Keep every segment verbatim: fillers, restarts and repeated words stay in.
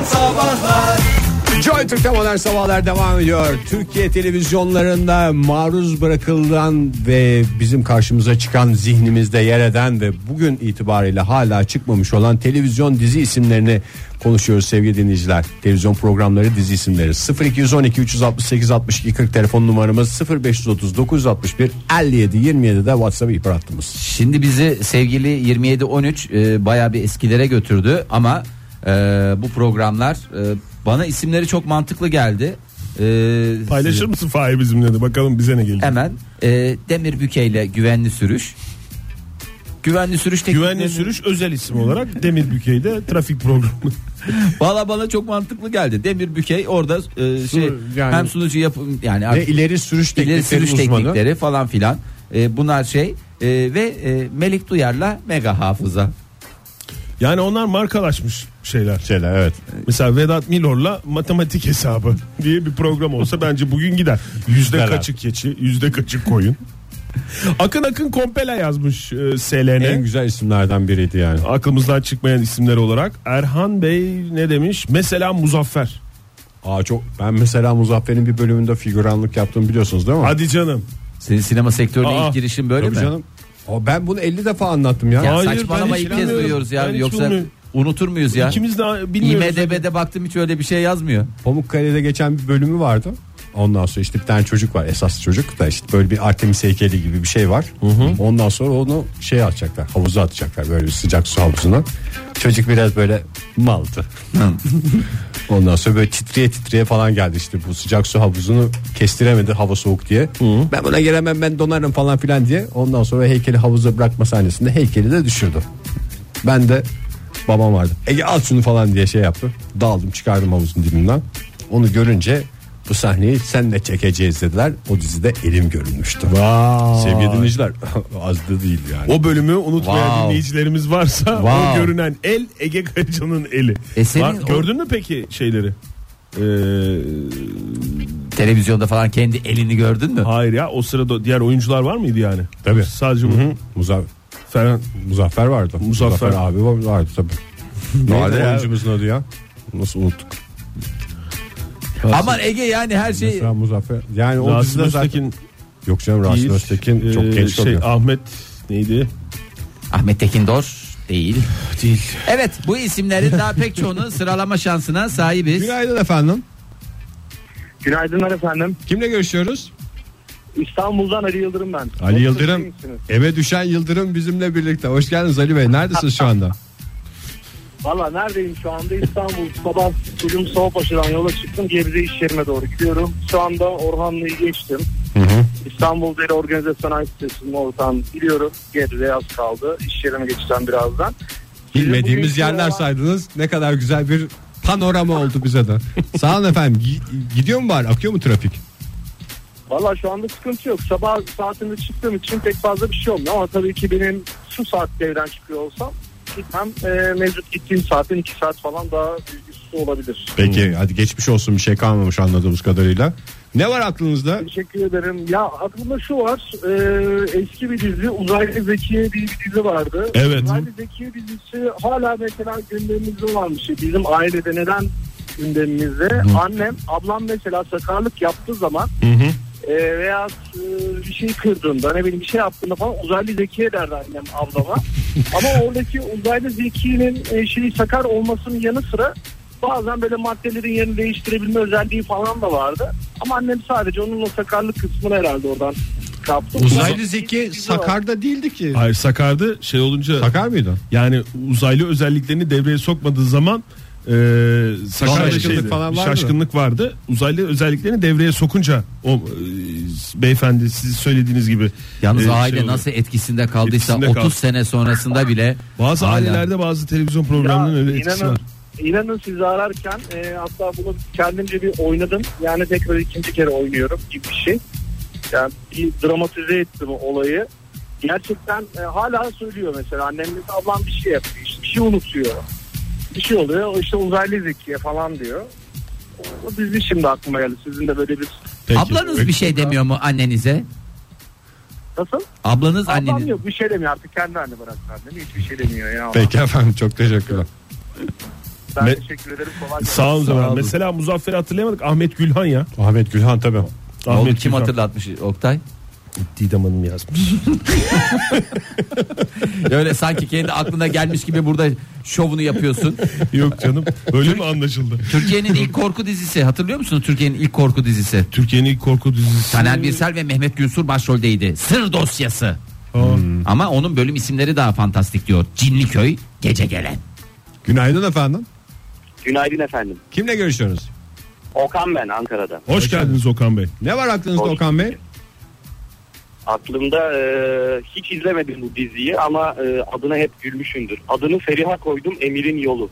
Sabahlar. Joy Türk'te modern sabahlar devam ediyor. Türkiye televizyonlarında maruz bırakılan ve bizim karşımıza çıkan, zihnimizde yer eden ve bugün itibariyle hala çıkmamış olan televizyon dizi isimlerini konuşuyoruz sevgili dinleyiciler. Televizyon programları, dizi isimleri. sıfır iki on iki üç altı sekiz altmış iki kırk telefon numaramız, sıfır beş otuz dokuz altmış bir elli yedi yirmi yedi de WhatsApp ihbar hattımız. Şimdi bizi sevgili yirmi yedi on üç e, bayağı bir eskilere götürdü ama e, bu programlar e, bana isimleri çok mantıklı geldi. Ee, Paylaşır size... mısın Fahir bizimle de, bakalım bize ne gelecek. Hemen e, Demir Büke'yle güvenli sürüş. Güvenli sürüş tekniklerini... Güvenli sürüş özel isim olarak Demir Bükey'de trafik programı. Valla bana çok mantıklı geldi. Demir Bükey orada e, şey yani, hem sunucu yapım yani ve ileri sürüş teknikleri, ileri sürüş uzmanı. teknikleri falan filan. E, bunlar şey e, ve e, Melik Duyar'la mega hafıza. Yani onlar markalaşmış şeyler. Şeyler evet. Mesela Vedat Milor'la matematik hesabı diye bir program olsa bence bugün gider. Yüzde kaçı keçi, yüzde kaçı koyun. Akın Akın Kompela yazmış e, S L N. En güzel isimlerden biriydi yani. Aklımızdan çıkmayan isimler olarak. Erhan Bey ne demiş? Mesela Muzaffer. Aa çok, ben mesela Muzaffer'in bir bölümünde figüranlık yaptığımı biliyorsunuz değil mi? Hadi canım. Senin sinema sektörüne Aa, ilk girişin böyle mi? Canım. O, ben bunu elli defa anlattım ya. Ya Hayır, saçmalama, ben hiç ilk kez bilmiyorum. duyuyoruz ya. Ben hiç Yoksa bilmiyorum. unutur muyuz ya? İkimiz de bilmiyoruz. I M D B'de baktım, hiç öyle bir şey yazmıyor. Pamukkale'de geçen bir bölümü vardı. Ondan sonra işte bir tane çocuk var, esas çocuk da işte böyle bir Artemis heykeli gibi bir şey var. Hı hı. Ondan sonra onu şey atacaklar, havuza atacaklar, böyle bir sıcak su havuzuna. Çocuk biraz böyle maldı. Ondan sonra böyle titreye titreye falan geldi, işte bu sıcak su havuzunu kestiremedi hava soğuk diye. Hı. Ben buna giremem, ben donarım falan filan diye. Ondan sonra heykeli havuza bırakma sahnesinde heykeli de düşürdü. Ben de babam vardı. Ege al şunu falan diye şey yaptı. Daldım, çıkardım havuzun dibinden. Onu görünce bu sahneyi senle çekeceğiz dediler. O dizide elim görünmüştü. Vay. Sevgili dinleyiciler, az da değil yani. O bölümü unutmayan Wow. dinleyicilerimiz varsa Wow. o görünen el Ege Kayacan'ın eli. E senin Var, o- gördün mü peki şeyleri? Ee, Televizyonda falan kendi elini gördün mü? hayır ya, o sırada diğer oyuncular var mıydı yani? Tabii. Sadece bu. Hı-hı. Muzaffer, Ferhan. Muzaffer vardı. Muzaffer. Muzaffer abi vardı tabii. Neydi oyuncumuzun adı ya? Nasıl unuttuk? Aman Ege, yani her şey. Mesela Muzaffer. Yani o Rasim dizide zaten... Öztekin Yok canım, Rasim değil. Öztekin Ee, çok genç şey, oluyor. Ahmet neydi? Ahmet Tekindor değil. Değil. Evet, bu isimlerin daha pek çoğunu sıralama şansına sahibiz. Günaydın efendim. Günaydınlar efendim. Kimle görüşüyoruz? İstanbul'dan Ali Yıldırım ben. Ali Yıldırım. Nasılsınız? Eve düşen Yıldırım bizimle birlikte. Hoş geldiniz Ali Bey. Neredesiniz şu anda? Valla neredeyim şu anda? İstanbul. Sabah çocuğum Soğupaşa'dan yola çıktım. Gebze iş yerime doğru gidiyorum. Şu anda Orhanlı'yı geçtim. Hı hı. İstanbul Deri Organize Sanayi Sitesi'nin oradan gidiyorum. Gebze'ye az kaldı. İş yerime geçeceğim birazdan. Bilmediğimiz Bugün yerler şu an- saydınız. Ne kadar güzel bir panorama oldu bize de. Sağ olun efendim. Gi- Gidiyor mu bari? Akıyor mu trafik? Valla şu anda sıkıntı yok. Sabah saatinde çıktığım için pek fazla bir şey olmuyor. Ama tabii ki benim şu saatte evden çıkıyor olsam hem e, mevcut gittiğim saatin iki saat falan daha üstü olabilir. Peki hadi geçmiş olsun, bir şey kalmamış anladığımız kadarıyla. Ne var aklınızda? Teşekkür ederim. Ya aklımda şu var. E, eski bir dizi, Uzaylı Zekiye diye bir dizi vardı. Evet. Uzaylı Zekiye dizisi hala mesela gündemimizde varmış. Bizim ailede neden gündemimizde? Hı. Annem, ablam mesela sakarlık yaptığı zaman Hı hı. e, veya e, bir şey kırdığında, ne bileyim bir şey yaptığında falan Uzaylı Zekiye derdi annem ablama. Ama oradaki Uzaylı Zekiye'nin e, şeyi sakar olmasının yanı sıra bazen böyle maddelerin yerini değiştirebilme özelliği falan da vardı. Ama annem sadece onun o sakarlık kısmını herhalde oradan kaptı. Uzaylı Zeki Sakar'da değildi ki. Hayır, Sakar'dı, şey olunca Sakar mıydı? yani uzaylı özelliklerini devreye sokmadığı zaman e, Sakar'da Şaşkınlık şeydi, falan bir vardı. şaşkınlık vardı. Uzaylı özelliklerini devreye sokunca o e, beyefendi siz söylediğiniz gibi. Yalnız e, şey aile oldu. nasıl etkisinde kaldıysa Etkisinde otuz kaldı. sene sonrasında bile Bazı hala. ailelerde bazı televizyon programlarının öyle etkisi inanın, var. inanın sizi ararken e, hatta bunu kendimce bir oynadım. Yani tekrar ikinci kere oynuyorum gibi bir şey. Yani bir dramatize ettim olayı. Gerçekten e, hala söylüyor mesela annem mesela ablam bir şey yapıyor, işte bir şey unutuyor. Bir şey oluyor, o işte Uzaylı Zekiye falan diyor. O dizi şimdi aklıma geldi. Sizin de böyle bir... Peki. Ablanız bir şey demiyor mu annenize? Nasıl? Ablanız Ablam anneniz. yok, bir şey demiyor artık, kendi anne bıraktı annemi, hiçbir şey demiyor ya. Peki efendim, çok teşekkürler. Ben Me- teşekkür ederim. Kolay gelsin. Sağ olun Zafer. Mesela Muzaffer'i hatırlayamadık. Ahmet Gülhan ya. Ahmet Gülhan tabii. Oğlum, Ahmet kim Gülhan. hatırlatmış Oktay? Didem Hanım yazmış. Öyle sanki kendi aklına gelmiş gibi burada şovunu yapıyorsun. Yok canım. Öyle mi anlaşıldı? Türkiye'nin ilk korku dizisi, hatırlıyor musunuz Türkiye'nin ilk korku dizisi? Türkiye'nin ilk korku dizisi. Taner Birsel ve Mehmet Günsur başroldeydi. Sır Dosyası. Hmm. Ama onun bölüm isimleri daha fantastik diyor. Cinliköy, Gece Gelen. Günaydın efendim. Günaydın efendim. Kimle görüşüyoruz? Okan ben Ankara'dan. Hoş, Hoş geldiniz Okan Bey. Ne var aklınızda Hoş Okan Bey? Aklımda e, hiç izlemedim bu diziyi ama e, adına hep gülmüşümdür. Adını Feriha koydum, Emir'in Yolu.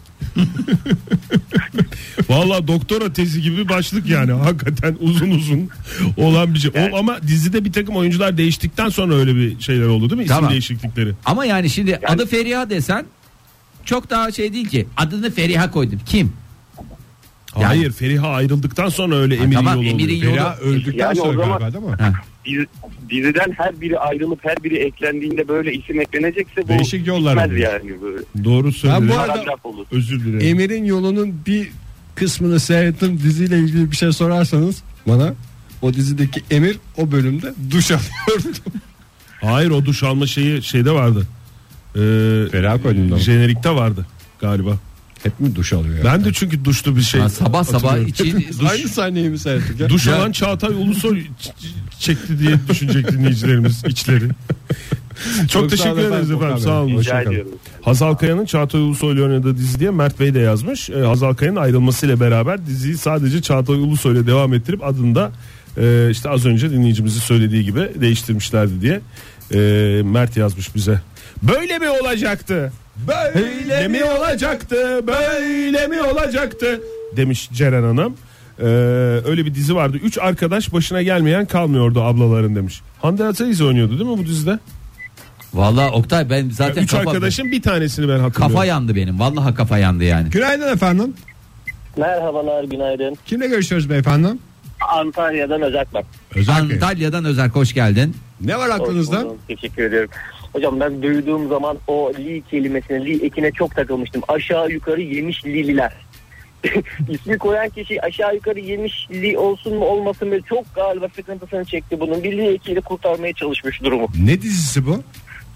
Valla doktora tezi gibi başlık yani. Hakikaten uzun uzun olan bir şey. Yani- O, ama dizide bir takım oyuncular değiştikten sonra öyle bir şeyler oldu değil mi? İsim Tamam. değişiklikleri. Ama yani şimdi adı Feriha desen çok daha şey değil ki. Adını Feriha koydum. Kim? Yani- Hayır, Feriha ayrıldıktan sonra öyle Emir'in tamam, yolu Emir'in oluyor. yolu- Feriha öldükten Yani o sonra zaman- galiba değil mi? Ha. Dizi, diziden her biri ayrılıp her biri eklendiğinde böyle isim eklenecekse bu Değişik yollar gitmez oluyor. yani böyle. Doğru söylüyorsun. Ben bu arada- Paragraf olur. Özür dilerim. Emir'in yolunun bir kısmını seyrettim, diziyle ilgili bir şey sorarsanız bana, o dizideki Emir o bölümde duş alıyordu. Hayır, o duş alma şeyi şeyde vardı. Ee, Feriha koydum da. jenerikte vardı galiba. Hep mi duş alıyor? Ben de çünkü duşlu bir şey. Ha, sabah sabah hatırlıyorum. için duş. Aynı sahneyi mi seyrettik ya? Duş Ya- alan Çağatay Ulusoy ç- ç- çekti diye düşünecek dinleyicilerimiz içleri. Çok, Çok sağ teşekkür olun ederiz efendim, efendim. Okan Sağ Bey. olun. Hoş- Rica Hoşçakalın. ediyorum. Hazal Kaya'nın Çağatay Ulusoy'la oynadığı dizi diye Mert Bey de yazmış. Ee, Hazal Kaya'nın ayrılmasıyla beraber diziyi sadece Çağatay Ulusoy'la devam ettirip adını da e, işte az önce dinleyicimizin söylediği gibi değiştirmişlerdi diye e, Mert yazmış bize. Böyle mi olacaktı? Böyle mi olacaktı? Böyle mi olacaktı? Demiş Ceren Hanım. Ee, öyle bir dizi vardı. Üç arkadaş başına gelmeyen kalmıyordu ablaların demiş. Hande Ataiz oynuyordu değil mi bu dizide? Vallahi Oktay ben zaten Üç kafa, arkadaşın bir tanesini ben hatırlıyorum. kafa yandı benim. Vallahi kafa yandı yani. Günaydın efendim. Merhabalar, günaydın. Kimle görüşüyoruz beyefendi? Antalya'dan Özak ben. Özak Bey. Antalya'dan Özerk, hoş geldin. Ne var aklınızda? Hoş buldum, teşekkür ediyorum. Hocam ben duyduğum zaman o li kelimesine, li ekine çok takılmıştım. Aşağı yukarı yemiş lililer. İsmi koyan kişi aşağı yukarı yemişli olsun mu olmasın mı çok galiba sıkıntısını çekti bunun. Bir li ekiyle kurtarmaya çalışmış durumu. Ne dizisi bu?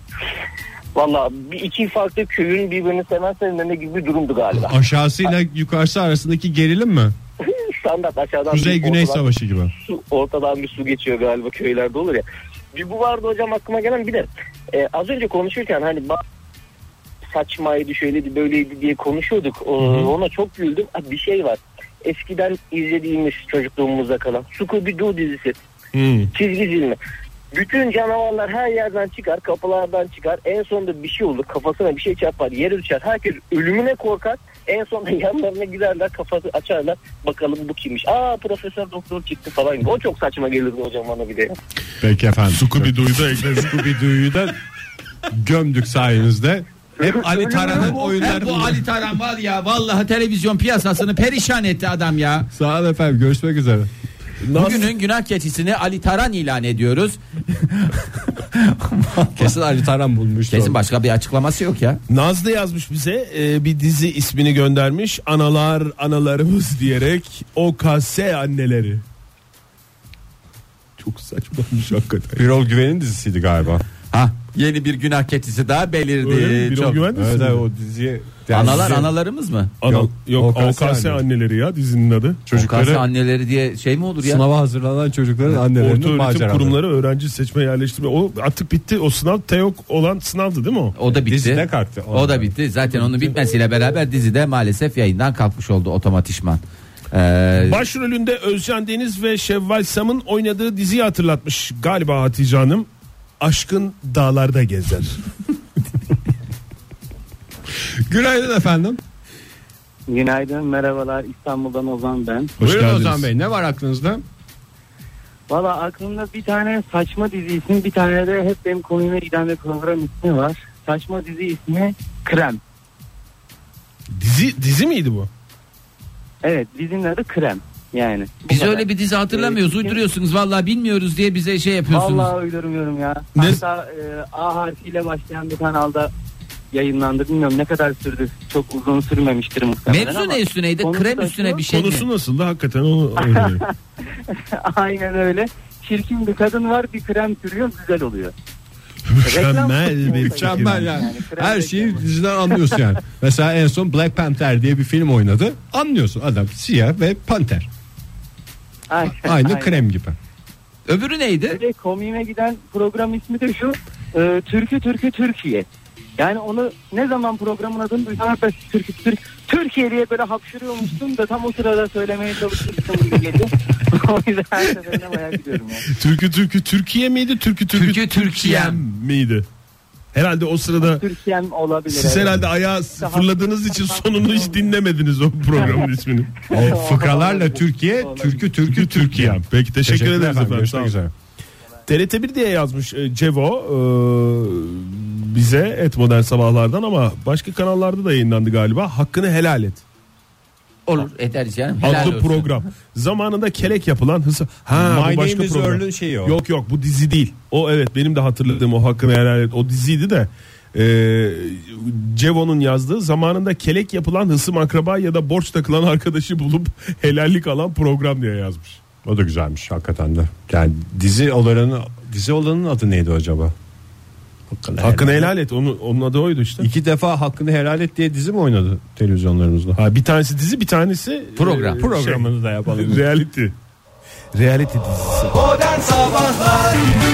Valla bir iki farklı köyün birbirini seven sevmeme gibi bir durumdu galiba. Aşağısıyla yukarısı arasındaki gerilim mi? Standart aşağıdan Kuzey bir Güney ortadan, Savaşı gibi. su, ortadan bir su geçiyor galiba, köylerde olur ya. Bir bu vardı hocam aklıma gelen, bir de e, az önce konuşurken hani ba- saçmaydı şöyleydi böyleydi diye konuşuyorduk. O, ona çok güldüm. Ha, bir şey var. Eskiden izlediğimiz çocukluğumuzda kalan Scooby-Doo dizisi. Hmm. Çizgi filmi. Bütün canavarlar her yerden çıkar, kapılardan çıkar. En sonunda bir şey olur, kafasına bir şey çarpar, yere düşer. Herkes ölümüne korkar. En sonunda yanlarına giderler, kafası açarlar. Bakalım bu kimmiş? Aa, profesör doktor çıktı falan gibi. O çok saçma gelirdi hocam bana bir de. Peki efendim. Scooby-Doo'yu da ekleriz. Scooby-Doo'yu da gömdük sayenizde. Hep Ali Taran'ın oyunları. Bu Ali Taran var ya, vallahi televizyon piyasasını perişan etti adam ya. Sağ olun efendim, görüşmek üzere. Bugünün günah keçisini Ali Taran ilan ediyoruz. Kesin Ali Taran bulmuş. Kesin başka bir açıklaması yok ya. Nazlı yazmış bize e, bir dizi ismini göndermiş. Analar analarımız diyerek O K S anneleri. Çok saçmamış hakikaten. Birol Güven'in dizisiydi galiba. Ha, yeni bir günah keçisi daha belirdi. Öyle mi? Birol Çok- Güven dizisi Evet, mi? evet, o diziye. Analar analarımız mı? Ana, Yok, yok, O K S O K S anne. anneleri ya dizinin adı. Çocukları Çocukları anneleri diye şey mi olur ya? sınava hazırlanan çocukların annelerinin Orta öğretim maceraları. kurumları öğrenci seçme yerleştirme. O artık bitti. O sınav TEOK olan sınavdı değil mi o? O da bitti. Dizide kalktı. O da bitti. Zaten onun bitmesiyle beraber dizide maalesef yayından kalkmış oldu otomatikman. Ee, Başrolünde Özcan Deniz ve Şevval Sam'ın oynadığı diziyi hatırlatmış galiba Hatice Hanım. Aşkın dağlarda gezer. Günaydın efendim. Günaydın, merhabalar. İstanbul'dan Ozan ben. Hoş Buyurun geldiniz. Ozan Bey, ne var aklınızda? Valla aklımda bir tane saçma dizi ismi, bir tane de hep benim konuyla giden bir program ismi var. Saçma dizi ismi Krem. Dizi dizi miydi bu? Evet, dizinin adı Krem. Yani. bu biz kadar. öyle bir dizi hatırlamıyoruz. Evet, Uyduruyorsunuz vallahi, bilmiyoruz diye bize şey yapıyorsunuz. Vallahi uydurmuyorum ya. Ne? Hatta e, A harfiyle başlayan bir kanalda yayınlandı. Bilmiyorum ne kadar sürdü. Çok uzun sürmemiştir muhtemelen. Mevzu ama ne üstüneydi? Krem üstüne bir şey Konusu mi? nasıldı hakikaten onu öğrenelim. Aynen öyle. Çirkin bir kadın var, bir krem sürüyor, güzel oluyor. Mükemmel bir Mükemmel yani. Yani krem Her şeyi reklamı. diziden anlıyorsun yani. Mesela en son Black Panther diye bir film oynadı. Anlıyorsun adam siyah ve panter. Aynen, Aynı aynen. krem gibi. Öbürü neydi? Öyle komiğime giden program ismi de şu. E, Türkü Türkü Türkiye. Yani onu ne zaman programın adını duysam hep Türkü Türk Türkiye diye böyle hapşırıyormuşsun da tam o sırada söylemeye çalışmıştım gibi geliyor. O yüzden her seferine bayağı gidiyorum yani. Türkü Türkü Türkiye miydi? Türkü Türkü Türkü Türkiye'm miydi? Herhalde o sırada Türkiye'm olabilir. siz evet. herhalde ayağı fırladığınız için sonunu hiç dinlemediniz o programın ismini. O fıkralarla Türkiye, türkü türkü Türkiye. Peki teşekkür, ederiz efendim. Görüşmek Sağ olun. üzere. T R T bir diye yazmış e, Cevo e, bize et modern sabahlardan ama başka kanallarda da yayınlandı galiba. Hakkını helal et. olur ederiz canım. Helal Adlı olsun. program. Zamanında kelek yapılan hısı. Ha My bu başka Name is program. Earl'ün şeyi o. Yok yok bu dizi değil. O evet benim de hatırladığım o Hakkını helal et. O diziydi de e, Cevo'nun yazdığı zamanında kelek yapılan hısım akraba ya da borç takılan arkadaşı bulup helallik alan program diye yazmış. O da güzelmiş hakikaten de. Yani dizi olanın dizi olanın adı neydi acaba? Hakkını, Hakkını helal et. Onun, onun adı oydu işte. İki defa Hakkını Helal Et diye dizi mi oynadı televizyonlarımızda? Ha, bir tanesi dizi bir tanesi Program. e, Programını da yapalım. Şey, reality. Reality dizisi. Modern Sabahlar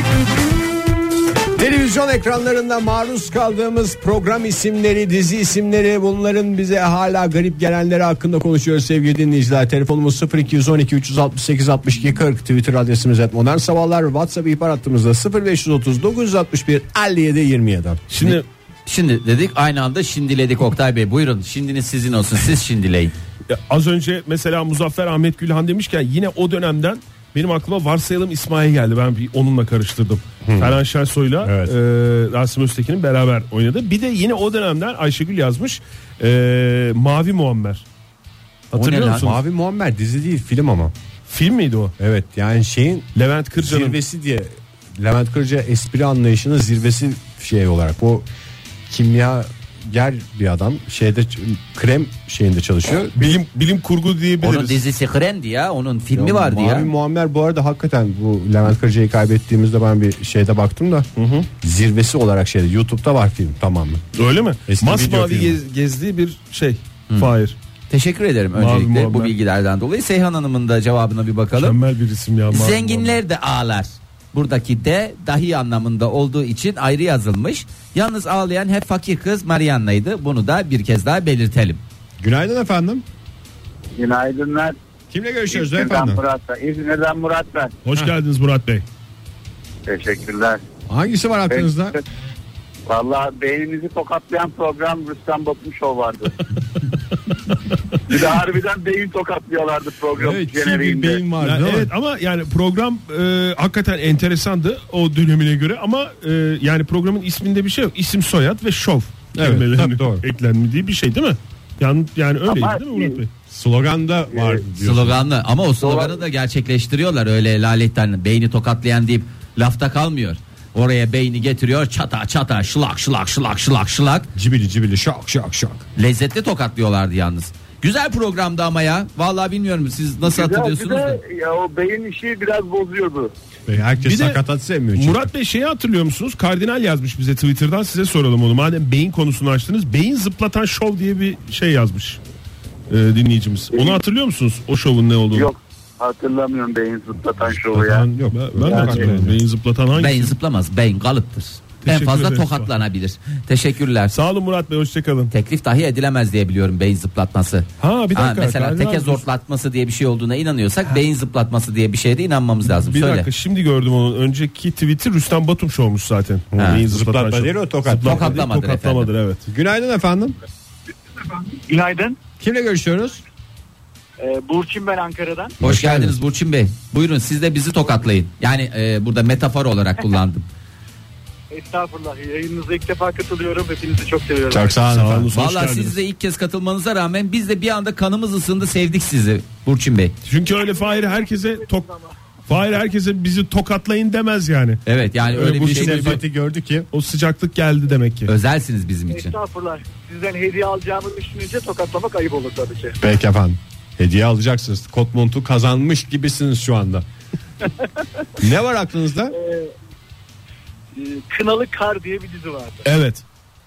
Televizyon ekranlarında maruz kaldığımız program isimleri, dizi isimleri, bunların bize hala garip gelenleri hakkında konuşuyoruz sevgili dinleyiciler. Telefonumuz sıfır iki on iki üç altı sekiz altmış iki kırk, Twitter adresimiz et modern sabahlar, WhatsApp ihbar hattımızda sıfır beş otuz dokuz altmış bir elli yedi yirmi yedi. Şimdi Şimdi dedik aynı anda şimdiledik Oktay Bey. Buyurun şimdiniz sizin olsun, siz şimdileyin. ya, az önce mesela Muzaffer Ahmet Gülhan demişken yine o dönemden benim aklıma Varsayalım İsmail geldi. Ben bir onunla karıştırdım. Hmm. Ferhan Şensoy'la Evet. e, Rasim Öztekin'in beraber oynadı. Bir de yine o dönemden Ayşegül yazmış. E, Mavi Muammer. Hatırlıyor O ne lan? musunuz? Mavi Muammer dizi değil, film ama. Film miydi o? Evet, yani şeyin Levent Kırca'nın. zirvesi diye, Levent Kırca espri anlayışının zirvesi şey olarak, o kimya ger bir adam şeyde, krem şeyinde çalışıyor. Bilim bilim kurgu diyebiliriz. Onun dizisi Krem'di ya, onun filmi vardı Mavi ya. Muammer bu arada hakikaten, bu Levent Kırca'yı kaybettiğimizde ben bir şeyde baktım da zirvesi olarak şeyde YouTube'da var film tamamen. Öyle mi? Eski video Masmavi filmi. gez, gezdiği bir şey. Fahir. Teşekkür ederim Mavi öncelikle bu Muammer. bilgilerden dolayı. Seyhan Hanım'ın da cevabına bir bakalım. Mükemmel bir isim ya. Mavi Muammer. Zenginler de ağlar. Buradaki de dahi anlamında olduğu için ayrı yazılmış. Yalnız ağlayan hep fakir kız Marianna'ydı. Bunu da bir kez daha belirtelim. Günaydın efendim. Günaydınlar. Kimle görüşüyoruz İzmir'den efendim? Murat ben. İzmir'den Murat ben. Hoş Ha. geldiniz Murat Bey. Teşekkürler. Hangisi var aklınızda? Valla beyninizi tokatlayan program Rüstem Batum Show vardı. Bir de harbiden beyin tokatlıyorlardı program Evet, kim bir jeneriğinde. beyin var Ya değil mi? evet ama yani program e, hakikaten enteresandı o dönemine göre ama e, yani programın isminde bir şey yok. İsim, soyad ve şov Evet, kelimelerinin tabii, doğru. eklenmediği bir şey değil mi? Yani, yani öyleydi Ama- değil mi Murat Bey? Sloganda var diyorsun. Sloganlı ama o sloganı da gerçekleştiriyorlar. Öyle laletten beyni tokatlayan deyip lafta kalmıyor. Oraya beyni getiriyor, çata çata şılak şılak şılak şılak şılak. Cibili cibili şak şak şak. Lezzetli tokatlıyorlardı yalnız. Güzel programdı ama ya. Vallahi bilmiyorum siz nasıl Güzel, hatırlıyorsunuz da. bir de ya o beyin işi biraz bozuyordu. Ve herkes Bir de sakatat sevmiyor çünkü. Murat Bey şeyi hatırlıyor musunuz? Kardinal yazmış bize Twitter'dan, size soralım onu. Madem beyin konusunu açtınız. Beyin zıplatan şov diye bir şey yazmış e, dinleyicimiz. Onu hatırlıyor musunuz? O şovun ne olduğunu? Yok hatırlamıyorum beyin zıplatan şovu ya. Zıplatan yok. Ben, ben de Yani- hatırlamıyorum. Beyin zıplatan hangisi? Beyin zıplamaz. Beyin kalıptır. En Teşekkür fazla ederiz. tokatlanabilir. Teşekkürler. Sağ olun Murat Bey, hoşçakalın. Teklif dahi edilemez diye biliyorum beyin zıplatması. Ha bir dakika. mesela Kardinal teke zorlatması diye bir şey olduğuna inanıyorsak beyin zıplatması diye bir şeye de inanmamız lazım. Bir Söyle. dakika, şimdi gördüm onun. Önceki tweet'i Rüstem Batum şovmuş zaten. Ha. Beyin Zıplatma zıplatan şov. değil o, tokat. Zıplatma değil, Tokatlamadır tokatlamadır, evet. Günaydın efendim. Günaydın. Kimle görüşüyoruz? Ee, Burçin ben Ankara'dan. Hoş, Hoş geldiniz geldiniz. Burçin Bey. Buyurun siz de bizi tokatlayın. Yani e, burada metafor olarak kullandım. Estağfurullah, yayınınıza ilk defa katılıyorum. Hepinizi çok seviyorum. Çok sağ olun Sağ efendim. olun. Hoş Vallahi geldiniz. siz de ilk kez katılmanıza rağmen biz de bir anda kanımız ısındı, sevdik sizi Burçin Bey. Çünkü öyle Fahir herkese tok Fahir herkese bizi tokatlayın demez yani. Evet yani öyle, Öyle bu bir şey. şefkati gördü ki. O sıcaklık geldi demek ki. Özelsiniz bizim için. Estağfurullah. Sizden hediye alacağımı düşününce tokatlamak ayıp olur tabii ki. Peki efendim. Hediye alacaksınız. Kot montu kazanmış gibisiniz şu anda. Ne var aklınızda? Ee, Kınalı Kar diye bir dizi vardı. Evet.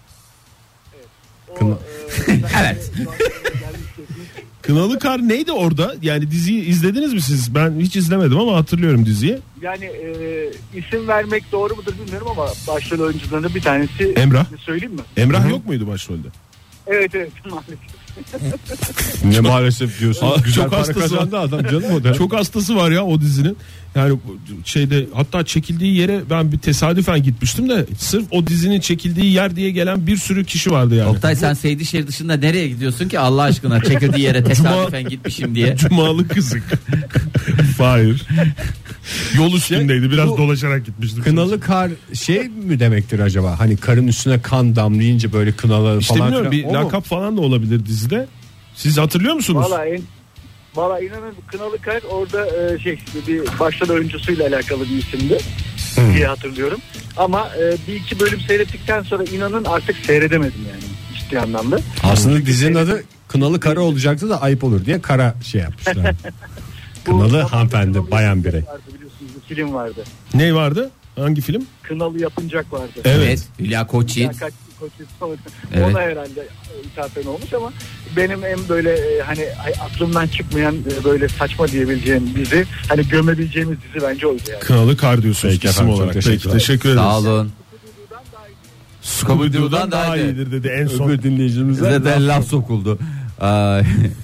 O, Kına- e, Evet. Kınalı Kar neydi orada? Yani diziyi izlediniz mi siz? Ben hiç izlemedim ama hatırlıyorum diziyi. Yani e, isim vermek doğru mudur bilmiyorum ama başrol oyuncularından bir tanesi. Emrah. Söyleyeyim mi? Emrah Hı-hı. yok muydu başrolde? Evet evet maalesef. Ne maalesef diyorsunuz. Aa, Güzel çok para hastası kazandı adam canım o da. Çok hastası var ya o dizinin. Yani bu şeyde hatta çekildiği yere ben bir tesadüfen gitmiştim de sırf o dizinin çekildiği yer diye gelen bir sürü kişi vardı yani. Oktay sen Seydişehir dışında nereye gidiyorsun ki Allah aşkına çekildiği yere tesadüfen gitmişim diye. Cumalı kızık. Hayır. Yol üstündeydi. Biraz bu dolaşarak gitmiştim. Kınalı kar şey mi demektir acaba? Hani karın üstüne kan damlayınca böyle kınalı İşte falan. bilmiyorum bir filan. O mu? lakap falan da olabilir dizide. Siz hatırlıyor musunuz? Valla en Valla inanın Kınalı Kar orada e, şey bir başrol oyuncusuyla alakalı bir isimdi Hmm. diye hatırlıyorum. Ama e, bir iki bölüm seyrettikten sonra inanın artık seyredemedim yani ciddi anlamda. Aslında dizinin adı Kınalı Kara olacaktı da ayıp olur diye kara şey yapmışlar. Kınalı Bu- hanımefendi, bayan birey. Vardı, biliyorsunuz bir film vardı. Ne vardı? Hangi film? Kınalı Yapıncak vardı. Evet. Evet. Hülya Koçyiğit. Ya kaç- kaç- Evet. Ona herhalde ithafen olmuş ama benim en böyle e, hani ay- aklımdan çıkmayan e, böyle saçma diyebileceğim dizi, hani gömebileceğimiz dizi bence oydu yani. Kınalı Kar diyorsunuz Peki isim efendim, çok olarak. Peki teşekkürler. teşekkür ederiz. Sağ olun. Scooby-Doo'dan daha iyi. iyidir dedi en son. Öbür dinleyicimize Size de laf sokuldu. Ay.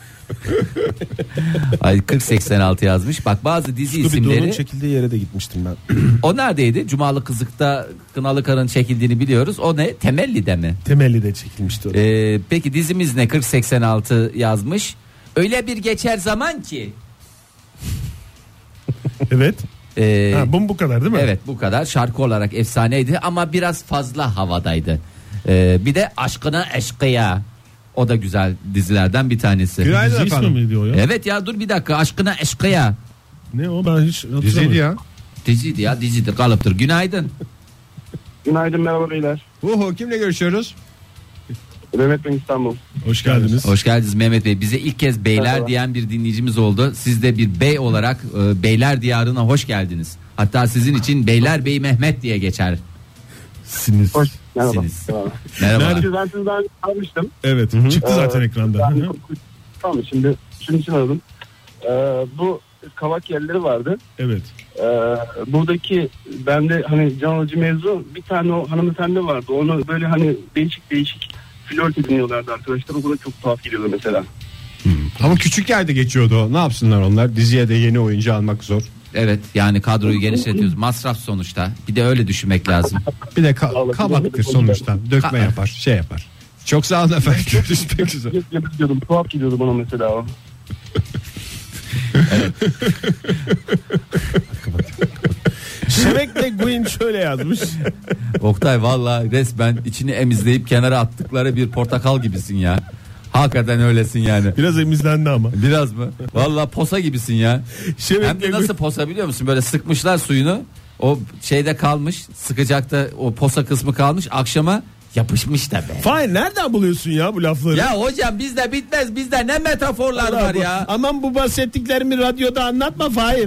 Ay kırk seksen altı yazmış. Bak bazı dizi Scooby-Doo'nun isimleri. çekildiği yere de gitmiştim ben. O neredeydi? Cumalı Kızık'ta Kınalı Kar'ın çekildiğini biliyoruz. O ne? Temelli'de mi? Temelli'de çekilmişti. o. Ee, peki dizimiz ne? kırk seksen altı yazmış. Öyle bir geçer zaman ki. Evet. Ee, Ha, bu bu kadar değil mi? evet bu kadar. Şarkı olarak efsaneydi ama biraz fazla havadaydı. Ee, bir de Aşkına Eşkıya. O da güzel dizilerden bir tanesi. Günaydın Dizi ismi efendim. miydi o ya? Evet ya dur bir dakika. Aşkına Eşkıya. Ne o ben hiç hatırlamadım. Diziydi ya. Diziydi ya dizidir kalıptır. Günaydın. Günaydın, merhaba beyler. Uhu, kimle görüşüyoruz? Mehmet Ben, İstanbul. Hoş geldiniz. Hoş geldiniz Mehmet Bey. Bize ilk kez beyler Merhaba. diyen bir dinleyicimiz oldu. Siz de bir bey olarak e, beyler diyarına hoş geldiniz. Hatta sizin için Beyler Bey Mehmet diye geçer. Siniz. Hoş, merhaba. Siniz. Merhaba. Merhaba. Nerede? Ben sizden almıştım. Evet çıktı Ee, zaten ekranda. Ben- Hı hı. Tamam, şimdi şunun için aradım. Ee, bu kavak yerleri vardı. Evet. Ee, buradaki bende hani can alıcı mevzu, bir tane o hanımefendi vardı. Onu böyle hani değişik değişik flört ediniyorlardı arkadaşlar. O bana çok tuhaf geliyordu mesela. Ama küçük yerde geçiyordu o. Ne yapsınlar onlar? Diziye de yeni oyuncu almak zor. Evet yani kadroyu genişletiyoruz. Masraf sonuçta. Bir de öyle düşünmek lazım. Bir de ka- kabaktır sonuçta. Dökme yapar, şey yapar. Çok sağ olun efendim. Görüşmek üzere. Yapıyordum, tuhaf geliyordu bana mesela o. Şebekle Gwyn şöyle yazmış. Oktay valla resmen içini emizleyip kenara attıkları bir portakal gibisin ya. Hakikaten öylesin yani. Biraz emizlendi ama. Biraz mı? Valla posa gibisin ya. Şebekle Hem de nasıl posa biliyor musun? Böyle sıkmışlar suyunu. O şeyde kalmış. Sıkacakta o posa kısmı kalmış. Akşama yapışmış da be. Fahir nereden buluyorsun ya bu lafları? Ya hocam bizde bitmez. Bizde ne metaforlar var ya. Aman bu bahsettiklerimi radyoda anlatma Fahir.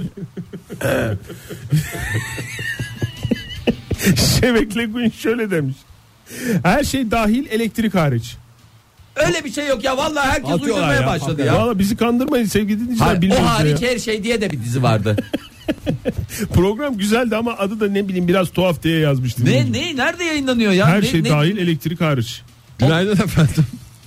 Şebekle Gwyn şöyle demiş. Her şey dahil elektrik hariç. Öyle bir şey yok ya. Vallahi herkes Atıyorlar uydurmaya ya. başladı ya. Valla bizi kandırmayın sevgili dinleyiciler. Hayır, o bilmiyoruz hariç ya. her şey diye de bir dizi vardı. Program güzeldi ama adı da ne bileyim biraz tuhaf diye yazmıştım. ne ne nerede yayınlanıyor ya? Her Ne- şey ne- dahil elektrik hariç. Günaydın efendim.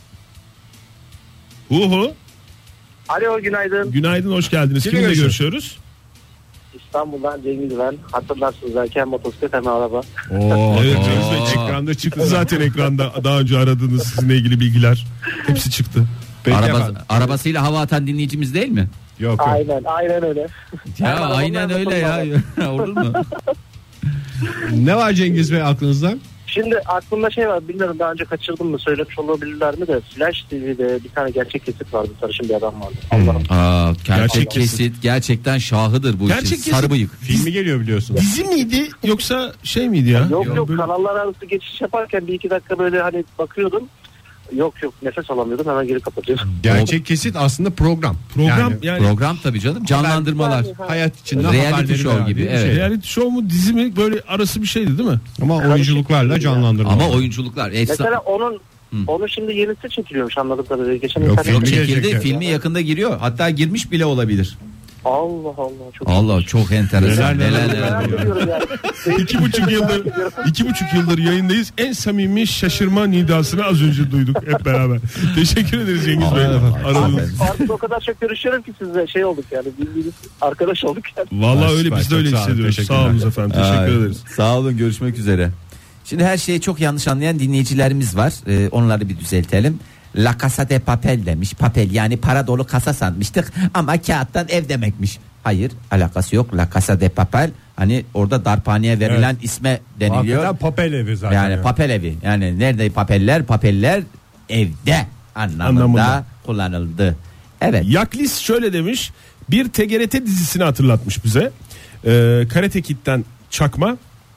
Uhu. Alo günaydın. Günaydın hoş geldiniz. Kimle Kimle görüşüyoruz? görüşüyoruz? İstanbul'dan Cengiz ben. Hatırlarsınız erken motosiklet hem araba. Oo, Evet, oo. evet, ekranda çıktı zaten ekranda daha önce aradığınız sizinle ilgili bilgiler hepsi çıktı. Peki Araba, efendim. arabasıyla hava atan dinleyicimiz değil mi? Yok yok. Aynen aynen öyle. Ya Hemen aynen ondan öyle ya. Olur mu? Ne var Cengiz Bey aklınızda? Şimdi aklımda şey var, bilmiyorum daha önce kaçırdım mı, söylemiş olabilirler mi de, Flash T V'de bir tane gerçek kesit vardı, sarışın bir adam vardı. Allah'ım. Aa, gerçek, Gerçek kesit. kesit gerçekten şahıdır bu Gerçek işin. kesit. Sarı bıyık. Filmi geliyor biliyorsun. Dizi miydi yoksa şey miydi ya? Yok yok, Böyle- kanallar arası geçiş yaparken bir iki dakika böyle hani bakıyordum. Yok yok, nefes alamıyordum, hemen geri kapatıyordum. Gerçek kesit aslında program. Program Yani yani Program tabii canım. Canlandırmalar. hayat içinde Reality haberleri show veren gibi, bir evet. şey. reality show mu dizi mi böyle arası bir şeydi değil mi? Ama oyunculuklarla canlandırma. Ama oyunculuklar. Efsane. Mesela onun onun şimdi yenisi çekiliyormuş anladığım kadarıyla. Geçen Yok, internet- Yok, Filmi çekildi. gelecek Filmi yakında giriyor. Hatta girmiş bile olabilir. Allah Allah, çok Allah çok enteresan. Neler Neler neler neler. merak ediyorum yani. İki buçuk yıldır iki buçuk yıldır yayındayız. En samimi şaşırma nidasını az önce duyduk hep beraber. Teşekkür ederiz Cengiz Bey. Aradığınız. Artık o kadar çok görüşüyorum ki sizle şey olduk yani, bildiğiniz arkadaş olduk yani. Vallahi Ha, öyle süper, biz de çok öyle sağ olun, hissediyoruz. teşekkürler. Sağ olun efendim. Teşekkür Ay, ederiz. Sağ olun, görüşmek üzere. Şimdi her şeyi çok yanlış anlayan dinleyicilerimiz var. Ee, onları bir düzeltelim. La Casa de Papel demiş. Papel yani para dolu kasa sanmıştık ama kağıttan ev demekmiş. Hayır, alakası yok. La Casa de Papel hani orada darphaneye verilen isme deniliyor. Hakikaten papel evi zaten. Yani ya. papel evi. Yani nerede papeller? Papeller evde anlamında, Anlamında. kullanıldı. Evet. Yaklis şöyle demiş. Bir T G R T dizisini hatırlatmış bize. Ee, Karate Kid'den çakma.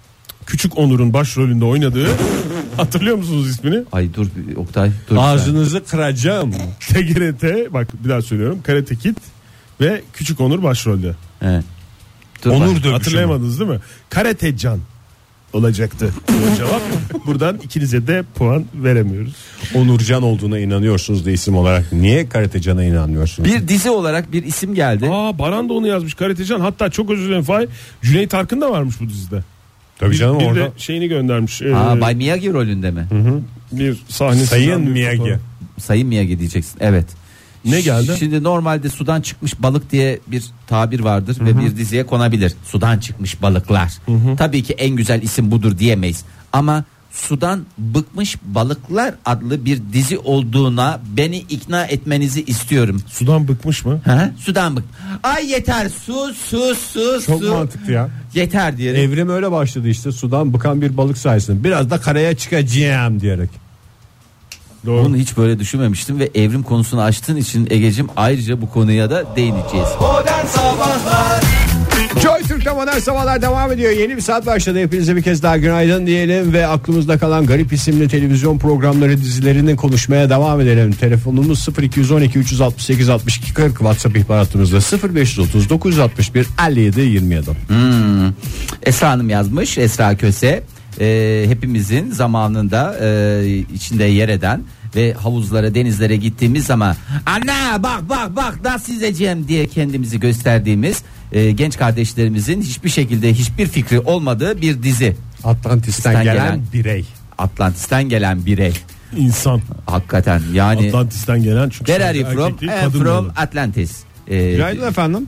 Küçük Onur'un başrolünde oynadığı. Hatırlıyor musunuz ismini? Ay dur bir- Oktay. Dur. Ağzınızı kıracağım. T G R T bak bir daha söylüyorum. Karate Kid ve Küçük Onur başrolde. Evet. Dur Onur bak. dövüşü mü? Hatırlayamadınız değil mi? Karate Can olacaktı. Bu cevap. Buradan ikinize de puan veremiyoruz. Onurcan olduğuna inanıyorsunuz da isim olarak. Niye Karatecan'a inanmıyorsunuz? Bir dizi olarak bir isim geldi. Aa Baran da onu yazmış. Karate Can. Hatta çok özür dilerim Fahir. Cüneyt Arkın da varmış bu dizide. Tabii Bir, canım bir orada. de şeyini göndermiş. Ee, Aa, Bay Miyagi rolünde mi? bir sahnesi. Sayın Miyagi. Sayın Miyagi diyeceksin. Evet. Ne geldi? Şimdi normalde sudan çıkmış balık diye bir tabir vardır ve bir diziye konabilir. Sudan çıkmış balıklar. Tabii ki en güzel isim budur diyemeyiz. Ama Sudan Bıkmış Balıklar adlı bir dizi olduğuna beni ikna etmenizi istiyorum. Sudan bıkmış mı? Ha? Sudan bık. Ay yeter, su su su Çok su. mantıklı ya. Yeter diyerek. Evrim öyle başladı işte, sudan bıkan bir balık sayesinde. Biraz da karaya çıkacağım diyerek. Doğru. Bunu hiç böyle düşünmemiştim ve evrim konusunu açtığın için Egeciğim ayrıca bu konuya da değineceğiz. Joy Türk'te modern sabahlar devam ediyor. Yeni bir saat başladı. Hepinize bir kez daha günaydın diyelim ve aklımızda kalan garip isimli televizyon programları, dizilerini konuşmaya devam edelim. Telefonumuz sıfır iki on iki üç altı sekiz altmış iki kırk, WhatsApp ihbar hattımızda sıfır beş otuz dokuz altmış bir elli yedi yirmi yedi. Hmm. Esra Hanım yazmış, Esra Köse. Ee, hepimizin zamanında e, içinde yer eden ve havuzlara, denizlere gittiğimiz zaman anne bak bak bak nasıl izleyeceğim diye kendimizi gösterdiğimiz e, genç kardeşlerimizin hiçbir şekilde hiçbir fikri olmadığı bir dizi. Atlantis'ten Atlantis'ten gelen, gelen birey. Atlantis'ten gelen birey. İnsan. Hakikaten yani. Atlantis'ten gelen çünkü Where are you erkek from? değil, I'm kadın from olur. Atlantis. Ee, Günaydın efendim.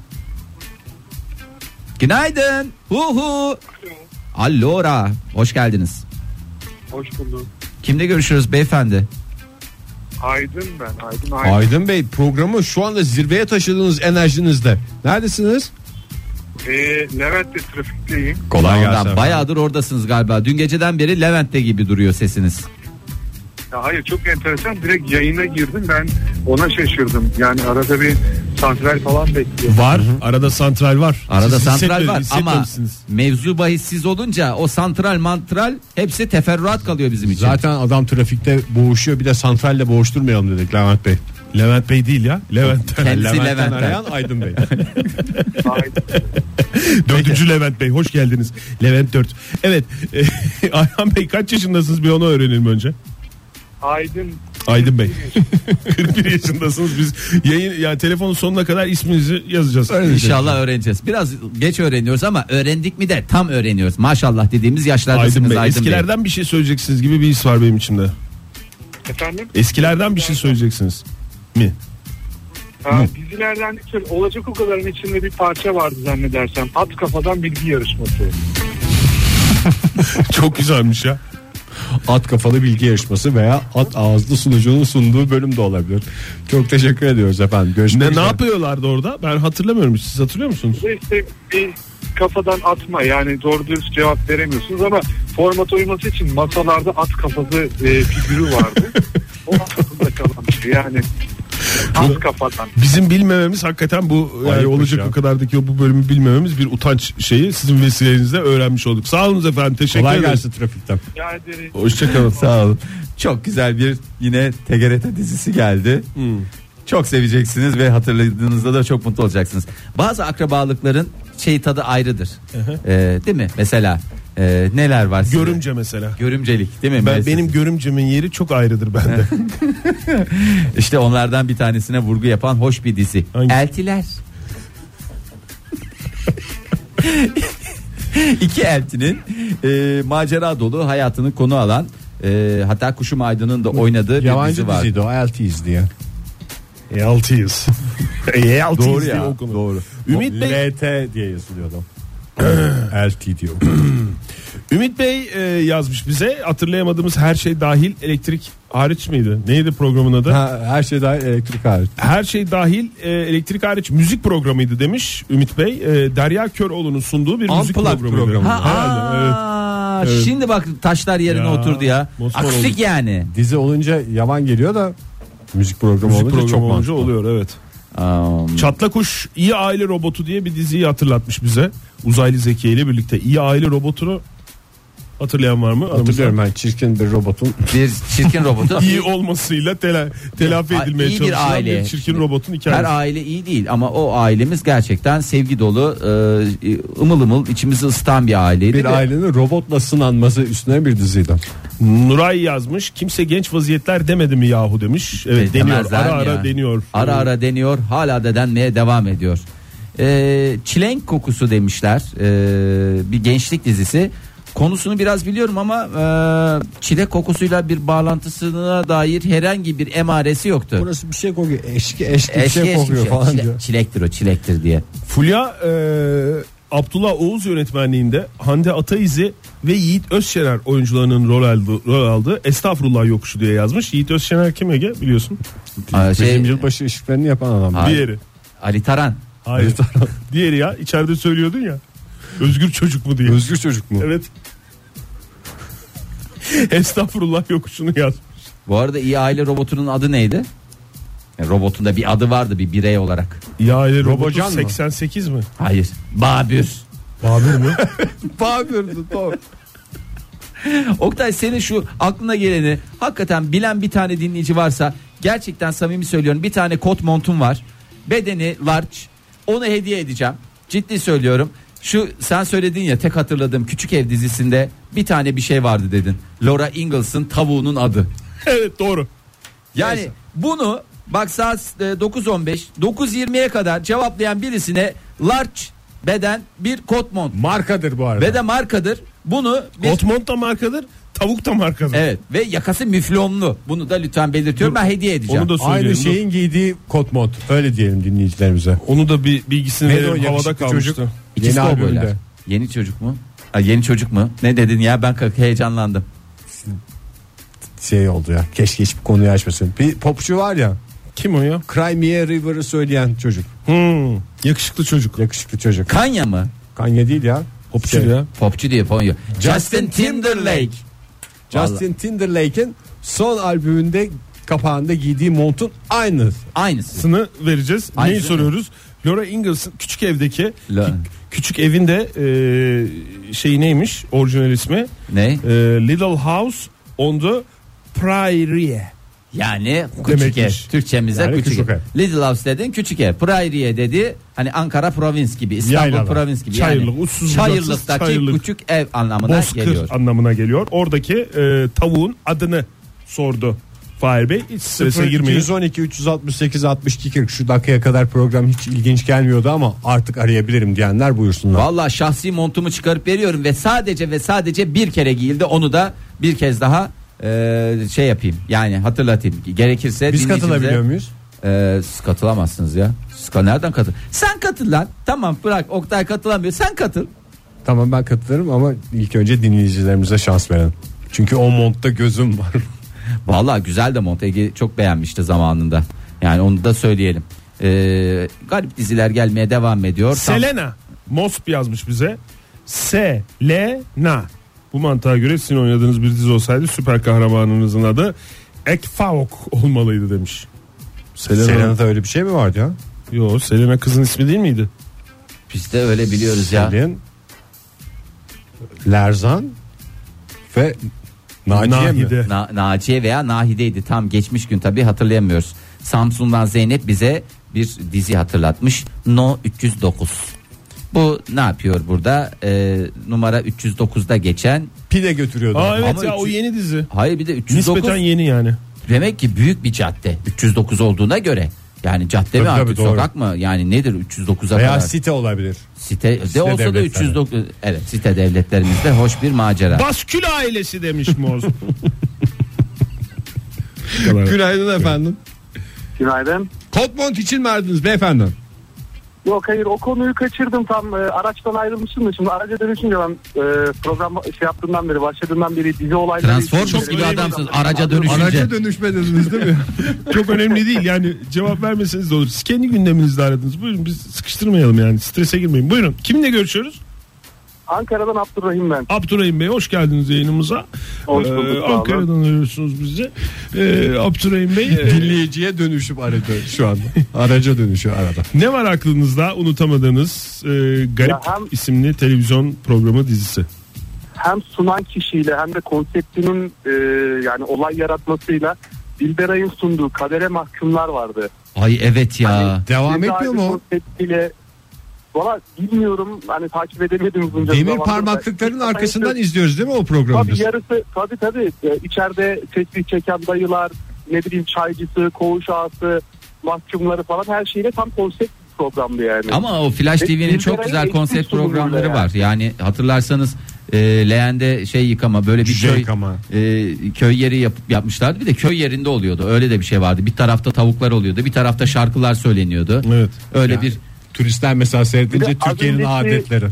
Günaydın. Hu hu. Allora. Hoş geldiniz. Hoş bulduk. Kimle görüşürüz beyefendi? Aydın ben. Aydın Aydın. Aydın Bey, programı şu anda zirveye taşıdığınız enerjinizde. Neredesiniz? Ee, Levent'te trafikteyim. Kolay Ondan gelsin. bayağıdır oradasınız galiba. Dün geceden beri Levent'te gibi duruyor sesiniz. Ya hayır, çok enteresan. Direkt yayına girdim. Ben ona şaşırdım. Yani arada bir santral falan bekliyorum. Var. Arada santral var. Arada Siz santral hissetmediniz, var ama hissetmemişsiniz. mevzu bahissiz olunca o santral mantral hepsi teferruat kalıyor bizim için. Zaten adam trafikte boğuşuyor, bir de santralle boğuşturmayalım dedik Levent Bey. Levent Bey değil ya. Levent'ten. Kendisi Levent'ten Levent'ten. arayan Aydın Bey. Aydın. Dördüncü Levent Bey. Hoş geldiniz. Levent dört. Evet. e, Ayhan Bey kaç yaşındasınız, bir onu öğrenelim önce. Aydın. Aydın Bey. kırk bir yaşındasınız. Biz yayın yani telefonun sonuna kadar isminizi yazacağız. İnşallah öğreneceğiz. Biraz geç öğreniyoruz ama öğrendik mi de tam öğreniyoruz. Maşallah dediğimiz yaşlardasınız Aydın Bey. Aydın Bey. Eskilerden bir şey söyleyeceksiniz gibi bir his var benim içimde. Efendim? Eskilerden bir şey söyleyeceksiniz mi? Ha, dizilerden değil, olacak o kadarın içinde bir parça vardı zannedersem. At kafadan bilgi yarışması. Çok güzelmiş ya. At kafalı bilgi yarışması veya at ağızlı sunucunun sunduğu bölüm de olabilir. Çok teşekkür ediyoruz efendim. Görüşmek Ne, üzere. ne yapıyorlardı orada? Ben hatırlamıyorum. Siz hatırlıyor musunuz? İşte bir kafadan atma, yani doğru dürüst cevap veremiyorsunuz ama formata uyması için masalarda at kafası e, figürü vardı. O aklımda kalan bir şey yani. At kafadan. Bizim bilmememiz hakikaten bu yani Ayıpmış olacak ya. o kadardaki bu bölümü bilmememiz bir utanç şeyi. Sizin vesilenizle öğrenmiş olduk. Sağ olun efendim. Teşekkür Kolay ederim. gelsin trafikten. Rica ederim. Hoşçakalın. Sağ olun. Çok güzel bir yine T G R T dizisi geldi. Hmm. Çok seveceksiniz ve hatırladığınızda da çok mutlu olacaksınız. Bazı akrabalıkların şey tadı ayrıdır. Ee, değil mi? Mesela e, neler var sizde? Görümce mesela. Görümcelik değil mi? Ben, Mesela benim görümcemin yeri çok ayrıdır bende. işte onlardan bir tanesine vurgu yapan hoş bir dizi. Hangisi? Eltiler. İki eltinin e, macera dolu hayatını konu alan e, hatta Kuşum Aydın'ın da oynadığı bir Yabancı dizi var. diziydi o, L T'yiz diye. E altıyız. E altıyız Doğru diye ya. okunu. Doğru. Ümit Bey, L T diye yazılıyordu. L T diyor. Ümit Bey e, yazmış bize. Hatırlayamadığımız her şey dahil elektrik hariç miydi? Neydi programın adı? Ha, her şey dahil elektrik hariç. Her şey dahil e, elektrik hariç müzik programıydı demiş Ümit Bey. E, Derya Köroğlu'nun sunduğu bir müzik Unplugged programıydı. programı. Ha, Herhalde, evet. aa, Evet. Şimdi bak taşlar yerine Ya, oturdu ya. Mosmor Akustik oldu. yani. Dizi olunca yavan geliyor da müzik programı Müzik olunca programı çok olunca mantıklı. oluyor evet. Um, Çatla Kuş İyi Aile Robotu diye bir diziyi hatırlatmış bize. Uzaylı Zekiye ile birlikte. İyi Aile Robotunu hatırlayan var mı? Hatırlıyorum ben, çirkin bir robotun. bir çirkin robotu. İyi olmasıyla tela, telafi Ha, edilmeye iyi bir çalışan bir, aile. çirkin robotun Her hikayesi. aile iyi değil ama o ailemiz gerçekten sevgi dolu, e, ımıl ımıl içimizi ısıtan bir aileydi. Bir ve- ailenin robotla sınanması üstüne bir diziydi. Nuray yazmış. Kimse genç vaziyetler demedi mi yahu demiş. Evet E, deniyor. demezler Ara mi ara ya? deniyor. Ara ara deniyor, hala da denmeye devam ediyor. Ee, Çilenk Kokusu demişler. Ee, bir gençlik dizisi. Konusunu biraz biliyorum ama e, çilek kokusuyla bir bağlantısına dair herhangi bir emaresi yoktu. Burası bir şey kokuyor. Eşki eşki bir Eşki şey eşki kokuyor bir şey. falan Çile- diyor. çilektir o, çilektir diye. Fulya e, Abdullah Oğuz yönetmenliğinde Hande Ataizi ve Yiğit Özşener oyuncularının rol aldığı, rol aldığı Estağfurullah Yokuşu diye yazmış. Yiğit Özşener kim Ege biliyorsun? Aa, şey, Bizim yılbaşı ışıklarını yapan adam. Hayır. Diğeri. Ali Taran. Hayır. Diğeri ya içeride söylüyordun ya. Özgür çocuk mu diye. Özgür çocuk mu? Evet. Estağfurullah Yokuşu'nu yazmış. Bu arada iyi aile robotunun adı neydi? Yani robotun da bir adı vardı bir birey olarak. Ya aile robotu Robocan mı? seksen sekiz mi? Hayır. Babür. Babür mü? Babürdü doğru. Oktay, senin şu aklına geleni hakikaten bilen bir tane dinleyici varsa, gerçekten samimi söylüyorum, bir tane kot montum var. Bedeni large. Onu hediye edeceğim. Ciddi söylüyorum. Şu sen söyledin ya, tek hatırladığım Küçük Ev dizisinde bir tane bir şey vardı dedin. Laura Ingles'ın tavuğunun adı. Evet doğru. Yani Neyse. bunu bak saat e, dokuz on beş dokuz yirmiye kadar cevaplayan birisine large beden bir kot mont Markadır bu arada. ve de markadır. Bunu biz... Otmont da markadır, tavuk da markadır. Evet, ve yakası müflonlu. Bunu da lütfen belirtiyorum. Ben hediye edeceğim. Onu da söyleyelim. Aynı şeyin giydiği kot mont. Öyle diyelim dinleyicilerimize. Onu da bir bilgisini Neydi o verelim, havada yakışıklı kalmıştı. çocuk? İkisi Yeni de o boylar. albümünde. Yeni çocuk mu? Ha, yeni çocuk mu? Ne dedin ya? Ben kalk- heyecanlandım. Şey oldu ya. Keşke hiçbir konuyu açmasın. Bir popçu var ya. Kim o ya? Cry Me a River'ı söyleyen çocuk. Hmm, yakışıklı çocuk. Yakışıklı çocuk. Kanya mı? Kanye değil ya. Popçu Şey, ya. Popçu diye Ponya. Justin Timberlake. Justin Timberlake'in son albümünde kapağında giydiği montun aynısı. Aynısı. Sını vereceğiz. Aynı Neyi şey. soruyoruz? Laura Ingles'ın Küçük Ev'deki La- Küçük Ev'in de e, şeyi neymiş? Orijinal ismi. Ne? E, Little House on the Prairie. Yani küçük ev. Demekmiş. Türkçemizde Yani küçük, küçük ev. ev. Little House dedin, küçük ev. Prairie dedi. Hani Ankara provins gibi, İstanbul Yaylada. provins gibi. Çayırlık, yani uçsuz Çayırlıktaki bucaksız çayırlık. küçük ev anlamına Bozkır geliyor. anlamına geliyor. Oradaki e, tavuğun adını sordu Fahir Bey. Hiç strese girmeyin. iki on iki üç altı sekiz altmış iki kırk şu dakikaya kadar program hiç ilginç gelmiyordu ama artık arayabilirim diyenler buyursunlar. Vallahi şahsi montumu çıkarıp veriyorum ve sadece ve sadece bir kere giyildi. Onu da bir kez daha e, şey yapayım. Yani hatırlatayım. Gerekirse Biz dinleyicimize- katılabiliyor muyuz? E, siz katılamazsınız ya. Siz ka- nereden katıl? Sen katıl lan. Tamam, bırak, Oktay katılamıyor. Sen katıl. Tamam ben katılırım ama ilk önce dinleyicilerimize şans verelim. Çünkü o montta gözüm var. Vallahi güzel de mont, Ege çok beğenmişti zamanında. Yani onu da söyleyelim. Ee, garip diziler gelmeye devam ediyor. Selena Mosp yazmış bize. Selena. Bu mantığa göre sizin oynadığınız bir dizi olsaydı süper kahramanınızın adı Ekfaok olmalıydı demiş. Selena. Selena'da öyle bir şey mi vardı ya? Yo, Selena kızın ismi değil miydi? Biz de öyle biliyoruz ya. Selin, Lerzan ve Naciye Nahide. mi? Na- Naciye veya Nahide'ydi. Tam geçmiş gün tabii hatırlayamıyoruz. Samsun'dan Zeynep bize bir dizi hatırlatmış. No üç yüz dokuz. Bu ne yapıyor burada? Ee, numara üç yüz dokuzda geçen. Pide götürüyordu. Aa, evet Ama ya üç yüz o yeni dizi. Hayır, bir de üç yüz dokuz. Nispeten yeni yani. Demek ki büyük bir cadde. üç yüz dokuz olduğuna göre. Yani cadde Tabii, mi tabii, artık doğru. sokak mı? Yani nedir üç yüz dokuza Veya kadar? site olabilir. Site de Site olsa da devletleri. üç yüz dokuz. Evet, site devletlerimizde hoş bir macera. Baskül ailesi demiş Moz. Günaydın efendim. Günaydın. Kotmont için mi aradınız beyefendi? Yok hayır, o konuyu kaçırdım tam, e, araçtan ayrılmıştım da şimdi araca dönüşünce ben e, program şey yaptığımdan beri başladığımdan beri dizi olayları... Transformers Çok gibi önemli. adamsınız. Araca dönüşünce. Araca dönüşme dediniz değil mi? Çok önemli değil yani, cevap vermeseniz de olur. Siz kendi gündeminizde aradınız. Buyurun, biz sıkıştırmayalım yani, strese girmeyin. Buyurun, kiminle görüşüyoruz? Ankara'dan Abdurrahim ben. Abdurrahim Bey, hoş geldiniz yayınımıza. Hoş bulduk, Ee, sağ olun. Ankara'dan arıyorsunuz bizi. Ee, Abdurrahim Bey, e, Dinleyiciye dönüşüp aracı şu anda. Araca dönüşüyor arada. ne var aklınızda unutamadığınız e, garip Ya hem- isimli televizyon programı, dizisi? Hem sunan kişiyle hem de konseptinin e, yani olay yaratmasıyla Dilberay'ın sunduğu Kadere Mahkumlar vardı. Ay evet ya. Devam Dizi etmiyor ayrı mu? konseptiyle, valla bilmiyorum hani takip edemedim bunca Demir zamandır da. parmaklıkların arkasından Tabii izliyoruz değil mi o programı? biz? yarısı tabii tabii e, içeride tesbih çeken dayılar, ne bileyim çaycısı, koğuş ağası, mahkumları falan, her şeyle tam konsept bir programdı yani. Ama o Flash Ve T V'nin çok Dilberay'ın güzel eksik konsept sunumuyla programları yani. var. Yani hatırlarsanız e, leğende şey yıkama, böyle bir Cüce köy yıkama. e, köy yeri yapıp yapmışlardı. Bir de köy yerinde oluyordu. Öyle de bir şey vardı. Bir tarafta tavuklar oluyordu. Bir tarafta şarkılar söyleniyordu. Evet. Öyle Yani bir turistler mesela seyredince Bir de az Türkiye'nin önceki- adetleri.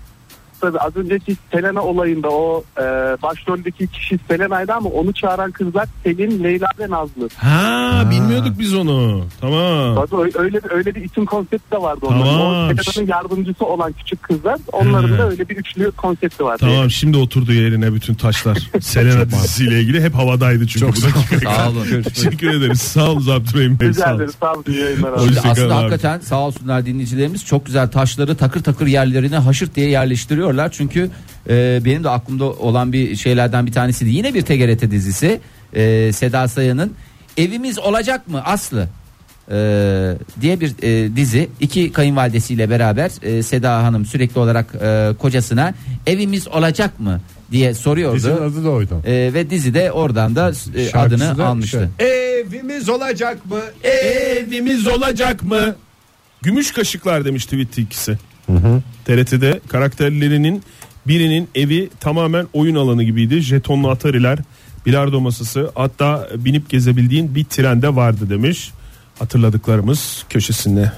Tabii az önceki Selena olayında o e, başroldeki kişi Selena'ydı ama onu çağıran kızlar Selin, Leyla ve Nazlı. Ha, bilmiyorduk biz onu. Tamam. Tabii öyle- öyle bir, öyle bir isim konsepti de vardı onların. Tamam. O Selena'nın yardımcısı olan küçük kızlar, onların He. da öyle bir üçlü konsepti vardı. Tamam, şimdi oturdu yerine bütün taşlar. Selena dizisiyle ilgili hep havadaydı çünkü. Çok bu sağ dakika. sağ olun. Teşekkür ederiz. Sağ olun Abdurrahim Bey. Rica Sağ olun. ederim. Sağ olun. iyi yayınlar abi. Hoşça Şimdi kalın aslında abi. hakikaten sağ olsunlar dinleyicilerimiz, çok güzel taşları takır takır yerlerine haşırt diye yerleştiriyorlar. Çünkü e, benim de aklımda olan bir şeylerden bir tanesiydi. Yine bir T G R T dizisi, e, Seda Sayan'ın Evimiz Olacak mı Aslı e, diye bir e, dizi. İki kayınvalidesiyle beraber e, Seda Hanım sürekli olarak e, kocasına evimiz olacak mı diye soruyordu. Dizinin adı da oydu. E, ve dizide oradan da e, Şarkısı adını da almıştı. şey, Evimiz olacak mı? Evimiz olacak mı? Gümüş kaşıklar demiş tweet ikisi. T R T'de karakterlerinin birinin evi tamamen oyun alanı gibiydi. Jetonlu atariler, bilardo masası, hatta binip gezebildiğin bir trende vardı demiş. Hatırladıklarımız köşesinde.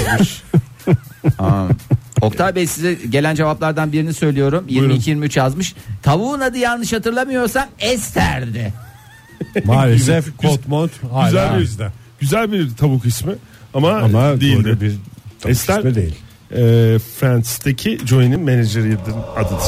Aa. Oktay Bey, size gelen cevaplardan birini söylüyorum. yirmi iki yirmi üç yazmış. Tavuğun adı yanlış hatırlamıyorsam Ester'di. Maalesef Kotmont Güzel hala bir, bizde. güzel bir tavuk ismi ama, Ama değildi. doğru bir tavuk Ester- ismi değil. E, Friends'teki Joey'nin menajeriydi adıdır.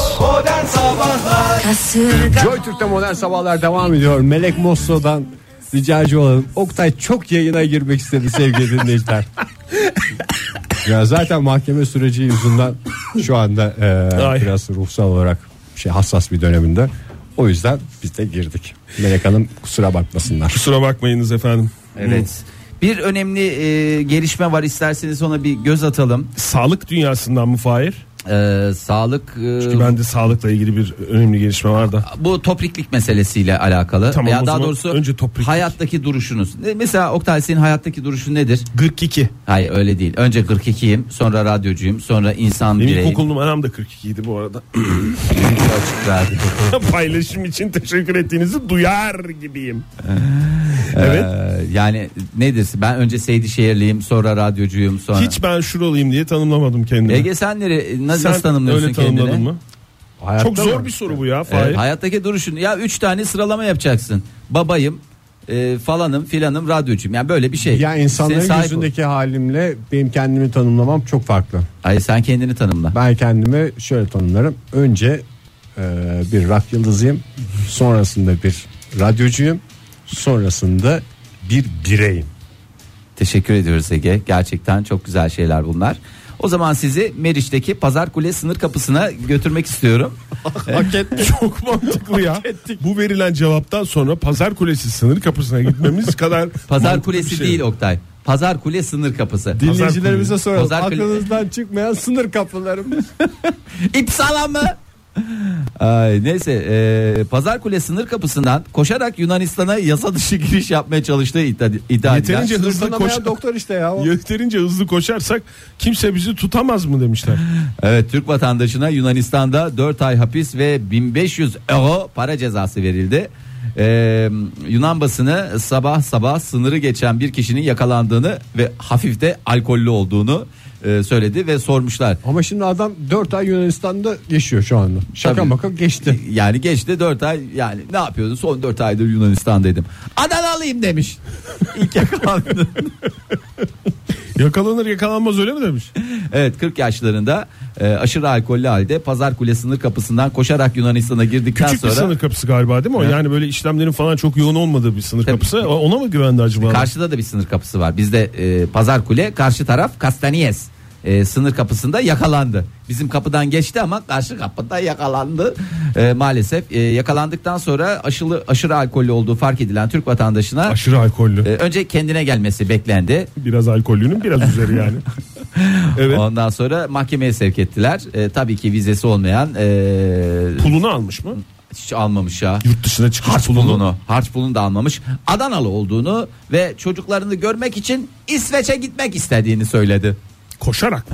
Joy Türk'te modern sabahlar devam ediyor. Melek Mosso'dan ricacı olalım. Oktay çok yayına girmek istedi sevgili dinleyiciler. Ya zaten mahkeme süreci yüzünden şu anda e, Ay. biraz ruhsal olarak şey hassas bir döneminde. O yüzden biz de girdik. Melek Hanım kusura bakmasınlar. Kusura bakmayınız efendim. Evet. Bir önemli e, gelişme var, isterseniz ona bir göz atalım. Sağlık dünyasından mı Fahir? E, sağlık e, Çünkü bende sağlıkla ilgili bir önemli gelişme var da. bu topriklik meselesiyle alakalı. Tamam, Veya o daha zaman doğrusu önce topriklik. hayattaki duruşunuz. Ne- Mesela Oktay, senin hayattaki duruşun nedir? kırk iki. Hayır, öyle değil. Önce kırk ikiyim, sonra radyocuyum, sonra insan Benim bireyim. ilkokul numaram da kırk iki idi bu arada. Açık verdi. Paylaşım için teşekkür ettiğinizi duyar gibiyim. Evet. Ee, yani nedir? Ben önce Seydişehirliyim, sonra radyocuyum, sonra. Hiç ben şuralıyım diye tanımlamadım kendimi. Ege, sen nere, na- Sen nasıl tanımlıyorsun öyle tanımladın kendini? mı? Hayatta Çok zor mı? bir soru bu ya. Fahir. Evet, hayattaki duruşun ya üç tane sıralama yapacaksın. Babayım, e, falanım, filanım, radyocuyum. Yani böyle bir şey. Ya insanların Senin sahip gözündeki halimle benim kendimi tanımlamam çok farklı. ol. Hayır, sen kendini tanımla. Ben kendimi şöyle tanımlarım. Önce e, bir rock yıldızıyım. Sonrasında bir radyocuyum. Sonrasında bir bireyim. Teşekkür ediyoruz Ege. Gerçekten çok güzel şeyler bunlar. O zaman sizi Meriç'teki Pazarkule sınır kapısına götürmek istiyorum. Hak ettik. Çok mantıklı ya. Bu verilen cevaptan sonra Pazar Kulesi sınır kapısına gitmemiz kadar Pazar mantıklı bir Kulesi şey. değil Oktay. Pazar Kule sınır kapısı. Dinleyicilerimize soralım. Pazar Kule- Aklınızdan çıkmayan sınır kapılarımız. İpsala mı? Ay, neyse e, Pazar Kule sınır kapısından koşarak Yunanistan'a yasa dışı giriş yapmaya çalıştığı iddia, iddia Yeterince edilen- hızlı Tanımayan koş. doktor işte ya. o. Yeterince hızlı koşarsak kimse bizi tutamaz mı demişler. Evet, Türk vatandaşına Yunanistan'da dört ay hapis ve bin beş yüz euro para cezası verildi. Ee, Yunan basını sabah sabah sınırı geçen bir kişinin yakalandığını ve hafif de alkollü olduğunu e, söyledi ve sormuşlar. Ama şimdi adam dört ay Yunanistan'da yaşıyor şu anda. Şaka Tabii. maka geçti. Yani geçti dört ay, yani ne yapıyordun? Son dört aydır Yunanistan'daydım. Adanalıyım demiş. İlk yakalandı. Yakalanır yakalanmaz öyle mi demiş? Evet, kırk yaşlarında e, aşırı alkollü halde Pazar Kule sınır kapısından koşarak Yunanistan'a girdikten Küçük sonra bir sınır kapısı galiba değil mi o? Evet. Yani böyle işlemlerin falan çok yoğun olmadığı bir sınır Tabii. kapısı. Ona mı güvendi acaba? karşıda da bir sınır kapısı var. Bizde e, Pazar Kule, karşı taraf Kastaniyes. E, sınır kapısında yakalandı. Bizim kapıdan geçti ama karşı kapıda yakalandı. E, maalesef e, yakalandıktan sonra aşırı aşırı alkollü olduğu fark edilen Türk vatandaşına Aşırı alkollü. e, önce kendine gelmesi beklendi. Biraz alkollünün biraz üzeri yani. Evet. Ondan sonra mahkemeye sevk ettiler. E, tabii ki vizesi olmayan e, Pulunu almış mı? hiç almamış ya. Yurt dışına çıkış Harç pulunu. pulunu, harç pulunu da almamış. Adanalı olduğunu ve çocuklarını görmek için İsveç'e gitmek istediğini söyledi. Koşarak.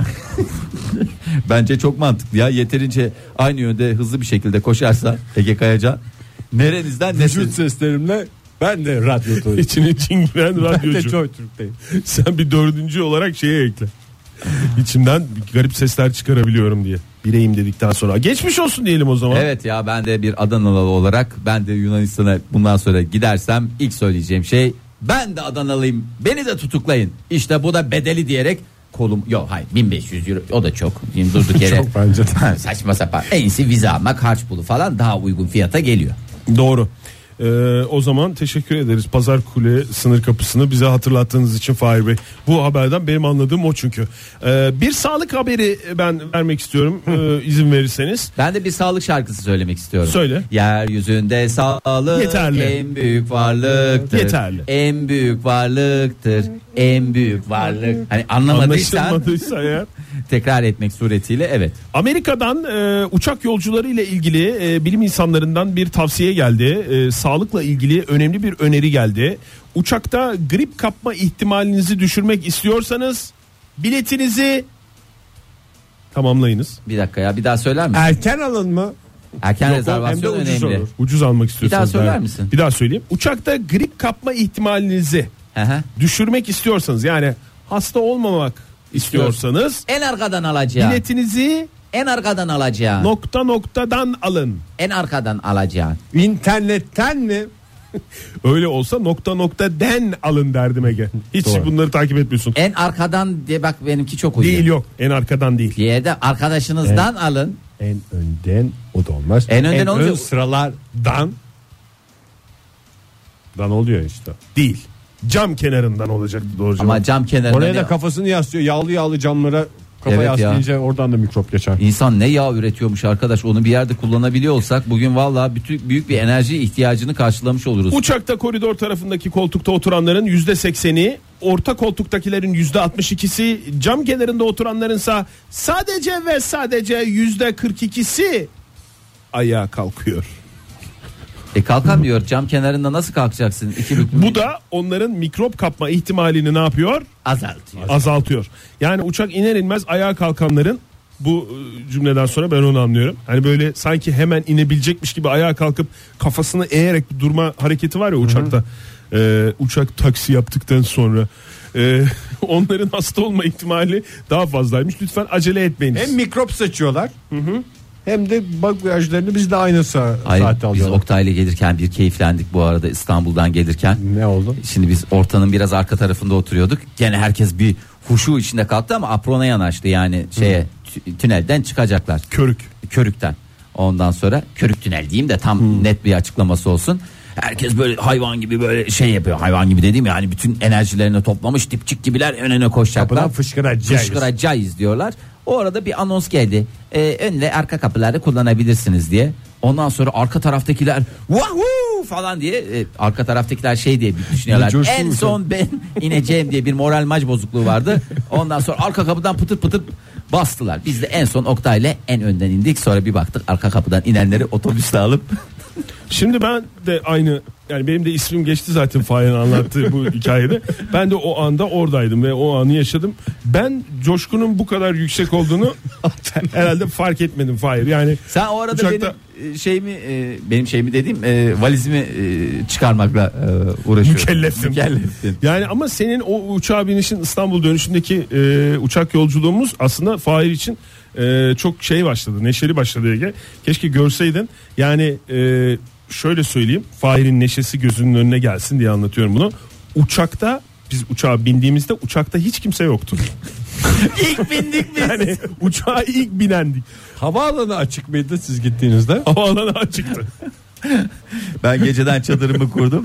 Bence çok mantıklı ya. Yeterince aynı yönde hızlı bir şekilde koşarsa Ege Kayacan, nerenizden Vücut nesin? seslerimle ben de radyodayım. İçine çingiren Ben de radyocu. Joy Türk'teyim. Sen bir dördüncü olarak şeye ekle. İçimden garip sesler çıkarabiliyorum diye. Bireyim dedikten sonra. Geçmiş olsun diyelim o zaman. Evet ya, ben de bir Adanalı olarak ben de Yunanistan'a bundan sonra gidersem ilk söyleyeceğim şey, ben de Adanalıyım, beni de tutuklayın. İşte bu da bedeli diyerek kolum, yok hayır bin beş yüz euro, o da çok. Şimdi durduk yere. Çok bence de. Saçma sapan. En iyisi vize almak, harç pulu falan daha uygun fiyata geliyor. Doğru. Ee, o zaman teşekkür ederiz Pazar Kule sınır kapısını bize hatırlattığınız için Fahir Bey. Bu haberden benim anladığım o çünkü. Ee, bir sağlık haberi ben vermek istiyorum e, izin verirseniz. Ben de bir sağlık şarkısı söylemek istiyorum. Söyle. Yeryüzünde sağlık Yeterli. en büyük varlıktır. Yeterli. En büyük varlıktır. En büyük varlık. Hani anlamadıysan Anlaşılmadıysa eğer. tekrar etmek suretiyle evet. Amerika'dan e, uçak yolcuları ile ilgili e, bilim insanlarından bir tavsiye geldi. E, sağlıkla ilgili önemli bir öneri geldi. Uçakta grip kapma ihtimalinizi düşürmek istiyorsanız biletinizi tamamlayınız. Bir dakika ya, bir daha söyler misin? Erken alın mı? Erken Yok, rezervasyon hem de ucuz önemli. olur. Ucuz almak istiyorsanız. Bir daha söyler da- misin? Bir daha söyleyeyim. Uçakta grip kapma ihtimalinizi Hı hı. düşürmek istiyorsanız, yani hasta olmamak istiyorsanız En arkadan alacağım. biletinizi En arkadan alacağım. nokta noktadan alın. En arkadan alacağım. İnternetten mi? Öyle olsa nokta nokta den alın derdim Ege. Hiç Doğru. bunları takip etmiyorsun. En arkadan diye bak, benimki çok uyuyor. Değil, yok, en arkadan değil. Diye de arkadaşınızdan alın. En önden o da olmaz. En önden ön olunca- sıralardan dan oluyor işte. Değil. Cam kenarından olacak doğru cevap. Ama cam kenarında Oraya ne- da kafasını yaslıyor. Yağlı yağlı camlara kafa Evet ya. yaslayınca oradan da mikrop geçer. İnsan ne yağ üretiyormuş arkadaş, onu bir yerde kullanabiliyor olsak bugün vallahi bütün büyük bir enerji ihtiyacını karşılamış oluruz. Uçakta koridor tarafındaki koltukta oturanların yüzde sekseni, orta koltuktakilerin yüzde altmış ikisi, cam kenarında oturanlarınsa sadece ve sadece yüzde kırk ikisi ayağa kalkıyor. E kalkamıyor, cam kenarında nasıl kalkacaksın? İki büklüm Bu da onların mikrop kapma ihtimalini ne yapıyor? azaltıyor. Azaltıyor. Yani uçak iner inmez ayağa kalkanların, bu e, cümleden sonra ben onu anlıyorum. Hani böyle sanki hemen inebilecekmiş gibi ayağa kalkıp kafasını eğerek bir durma hareketi var ya uçakta. Ee, uçak taksi yaptıktan sonra e, onların hasta olma ihtimali daha fazlaymış. Lütfen acele etmeyiniz. Hem mikrop saçıyorlar. hem de bagajlarını biz de aynı sa- Hayır, saatte biz alıyorlar. Oktay'la gelirken bir keyiflendik bu arada İstanbul'dan gelirken. Ne oldu? Şimdi biz ortanın biraz arka tarafında oturuyorduk. Gene herkes bir huşu içinde kalktı ama aprona yanaştı yani şeye tü- tünelden çıkacaklar. Körük. Körükten. Ondan sonra körük tünel diyeyim de tam hmm. net bir açıklaması olsun. Herkes böyle hayvan gibi böyle şey yapıyor. Hayvan gibi dediğim yani bütün enerjilerini toplamış dipçik gibiler önüne koşacaklar. Kapıdan fışkıracağız. Fışkıracağız diyorlar. O arada bir anons geldi. Ee, ön ve arka kapıları kullanabilirsiniz diye. Ondan sonra arka taraftakiler wahoo falan diye e, arka taraftakiler şey diye bir düşünüyorlar. En son ben ineceğim diye bir moral maç bozukluğu vardı. Ondan sonra arka kapıdan pıtır pıtır bastılar. Biz de en son Oktay'la en önden indik. Sonra bir baktık arka kapıdan inenleri otobüsle alıp. Şimdi ben de aynı, yani benim de ismim geçti zaten Fahir'in anlattığı bu hikayede. Ben de o anda oradaydım ve o anı yaşadım. Ben coşkunun bu kadar yüksek olduğunu herhalde fark etmedim Fahir. Yani sen o arada uçakta... benim şeyimi e, benim şeyimi dediğim e, valizimi e, çıkarmakla e, uğraşıyorum. Mükellefsin. Mükellefsin. Yani ama senin o uçağa binişin İstanbul dönüşündeki e, uçak yolculuğumuz aslında Fahir için e, çok şey başladı, neşeli başladı Ege. Keşke görseydin. Yani e, şöyle söyleyeyim, Fahir'in neşesi gözünün önüne gelsin diye anlatıyorum bunu. Uçakta biz uçağa bindiğimizde uçakta hiç kimse yoktu. İlk bindik biz. Yani uçağa ilk binendik. Havaalanı açık mıydı siz gittiğinizde? Havaalanı açıktı. Ben geceden çadırımı kurdum.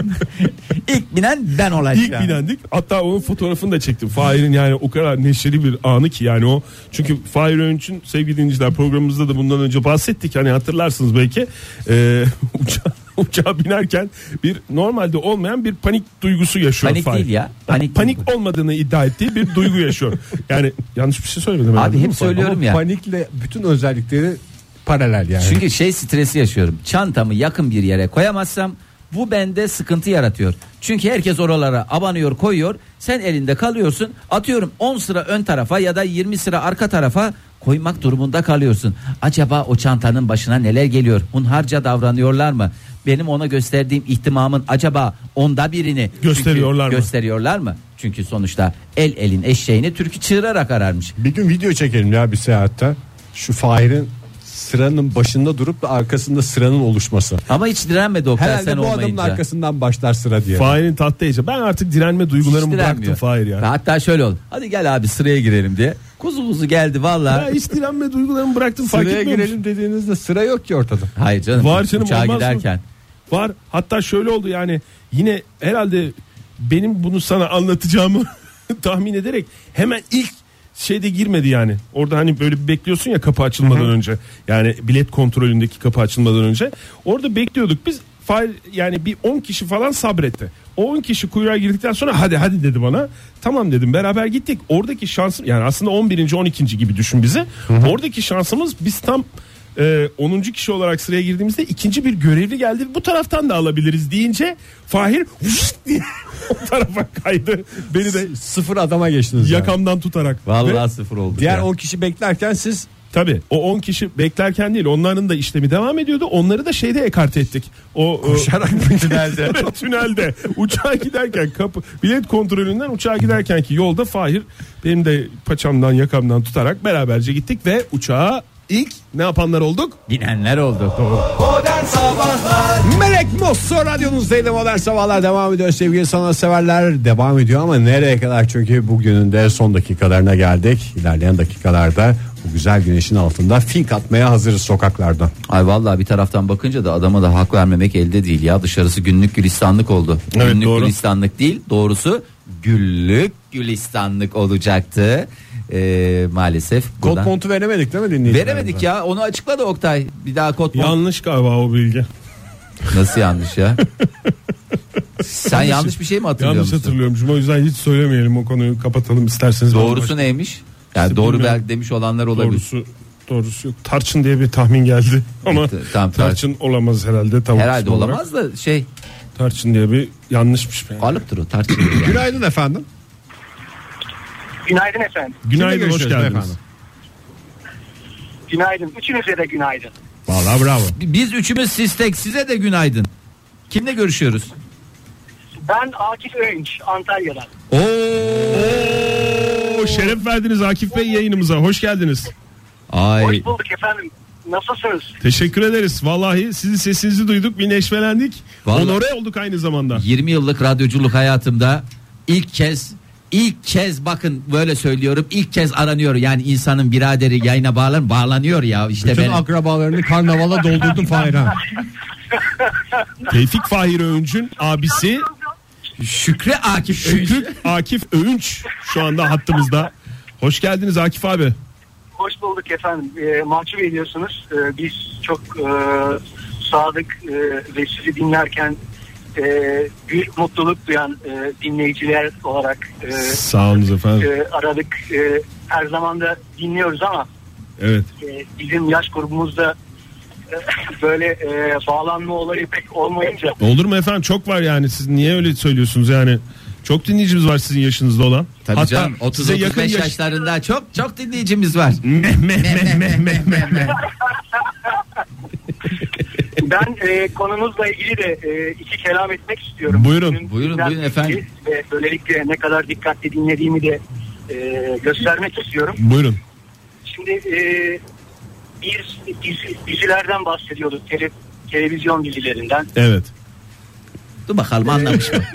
İlk binen ben olacağım. İlk binendik. Hatta onun fotoğrafını da çektim. Fahir'in yani o kadar neşeli bir anı ki yani o. Çünkü Fahir Öğünç'ün sevgili dinleyiciler programımızda da bundan önce bahsettik. Hani hatırlarsınız belki. Ee, uçağa, uçağa binerken bir normalde olmayan bir panik duygusu yaşıyor Panik Fahir. değil ya. Panik, Panik değil. olmadığını iddia ettiği bir duygu yaşıyor. Yani yanlış bir şey söylemedim. Abi hep söylüyorum Ama ya. panikle bütün özellikleri paralel yani. Çünkü şey stresi yaşıyorum. Çantamı yakın bir yere koyamazsam bu bende sıkıntı yaratıyor. Çünkü herkes oralara abanıyor, koyuyor. Sen elinde kalıyorsun. Atıyorum on sıra ön tarafa ya da yirmi sıra arka tarafa koymak durumunda kalıyorsun. Acaba o çantanın başına neler geliyor? Hunharca davranıyorlar mı? Benim ona gösterdiğim ihtimamın acaba onda birini gösteriyorlar çünkü, mı? Gösteriyorlar mı? Çünkü sonuçta el elin eşeğini türkü çığırarak ararmış. Bir gün video çekelim ya bir seyahatte. Şu Fahir'in sıranın başında durup da arkasında sıranın oluşması. Ama hiç direnmedi Oktay Herhalde sen bu adamın olmayınca. arkasından başlar sıra diye. Fahir'in tatlı heyecanı. Ben artık direnme duygularımı bıraktım Fahir ya. Hatta şöyle oldu. Hadi gel abi sıraya girelim diye. Kuzu kuzu geldi valla. Ya hiç direnme duygularımı bıraktım, fark Sıraya etmiyor girelim musun? dediğinizde sıra yok ki ortada. Hayır canım. Var canım, uçağa olmaz mı? giderken. Var. Hatta şöyle oldu yani, yine herhalde benim bunu sana anlatacağımı tahmin ederek hemen ilk şeyde girmedi yani. Orada hani böyle bir bekliyorsun ya kapı açılmadan Hı-hı. önce. Yani bilet kontrolündeki kapı açılmadan önce. Orada bekliyorduk biz. Yani bir on kişi falan sabretti. O on kişi kuyruğa girdikten sonra hadi hadi dedi bana. Tamam dedim, beraber gittik. Oradaki şansım yani aslında on birinci on ikinci gibi düşün bizi. Hı-hı. Oradaki şansımız biz tam Ee, onuncu kişi olarak sıraya girdiğimizde ikinci bir görevli geldi. Bu taraftan da alabiliriz deyince Fahir diye o tarafa kaydı. Beni de sıfır adama geçtiniz. Yakamdan yani. tutarak. Vallahi Ve sıfır oldu. Diğer on kişi beklerken siz tabii o on kişi beklerken değil, onların da işlemi devam ediyordu. Onları da şeyde ekarte ettik. O koşarak o, tünelde. tünelde uçağa giderken kapı bilet kontrolünden uçağa giderkenki yolda Fahir benim de paçamdan yakamdan tutarak beraberce gittik ve uçağa İlk ne yapanlar olduk? Binenler oldu. Modern Sabahlar. Melek Mosso radyonuzdaydı. Modern Sabahlar devam ediyor sevgili sanatseverler. Devam ediyor ama nereye kadar? Çünkü bugünün de son dakikalarına geldik. İlerleyen dakikalarda bu güzel güneşin altında fink atmaya hazırız sokaklarda. Ay vallahi bir taraftan bakınca da adama da hak vermemek elde değil ya. Dışarısı günlük gülistanlık oldu. Evet, günlük doğru. gülistanlık değil, doğrusu güllük gülistanlık olacaktı. Ee, maalesef kod montu veremedik değil mi dinleyicilerimize? Veremedik ya, onu açıkladı Oktay. Bir daha kod mont. Yanlış galiba o bilgi. Nasıl yanlış ya? Sen yanlış, yanlış bir şey mi hatırlıyor yanlış musun? Hatırlıyormuşum, o yüzden hiç söylemeyelim, o konuyu kapatalım isterseniz. Doğrusu neymiş? Yani işte doğru belki demiş olanlar olabilir. Doğrusu doğrusu yok. Tarçın diye bir tahmin geldi ama evet, tam tarçın olamaz herhalde. Tam herhalde olamaz da şey. Tarçın diye bir yanlışmış. Yani. Kalıptır o tarçın. Yani. Günaydın efendim. Günaydın efendim. Günaydın, hoş geldiniz. Efendim? Günaydın. Üçünüze de günaydın. Vallahi bravo. Biz üçümüz sistek, size de günaydın. Kimle görüşüyoruz? Ben Akif Öğünç, Antalya'dan. Oo, şeref verdiniz Akif Bey yayınımıza. Hoş geldiniz. Ay. Hoş bulduk efendim. Nasılsınız? Teşekkür ederiz. Vallahi sizin sesinizi duyduk, bir neşvelendik. Vallahi. Onore olduk aynı zamanda. yirmi yıllık radyoculuk hayatımda ilk kez ilk kez bakın böyle söylüyorum, ilk kez aranıyor. Yani insanın biraderi yayına bağlan bağlanıyor ya işte. Bütün benim akrabalarını karnavala doldurdun Fahir ha. Tevfik Fahir Öğünç'ün abisi Şükrü Akif Şükrü Akif Öğünç şu anda hattımızda. Hoş geldiniz Akif abi. Hoş bulduk efendim. E, mahcup ediyorsunuz. E, biz çok e, sadık e, ve sizi dinlerken e, büyük mutluluk duyan e, dinleyiciler olarak e, Sağ olun efendim. e, aradık. E, her zaman da dinliyoruz ama Evet. e, bizim yaş grubumuzda e, böyle e, bağlanma olayı pek olmayınca. Olur mu efendim, çok var yani, siz niye öyle söylüyorsunuz yani? Çok dinleyicimiz var sizin yaşınızda olan. Tabii Hatta canım, otuz size otuz yakın beş yaş- yaşlarında çok çok dinleyicimiz var. Meh, meh, meh, meh, meh, meh, meh. Ben e, konumuzla ilgili de e, iki kelam etmek istiyorum. Buyurun. Bugün Buyurun, sizden buyurun efendim. Ve böylelikle ne kadar dikkatli dinlediğimi de e, göstermek istiyorum. Buyurun. Şimdi e, bir dizi, dizilerden bahsediyorduk. Tele, televizyon dizilerinden. Evet. Dur bakalım anlamış mı?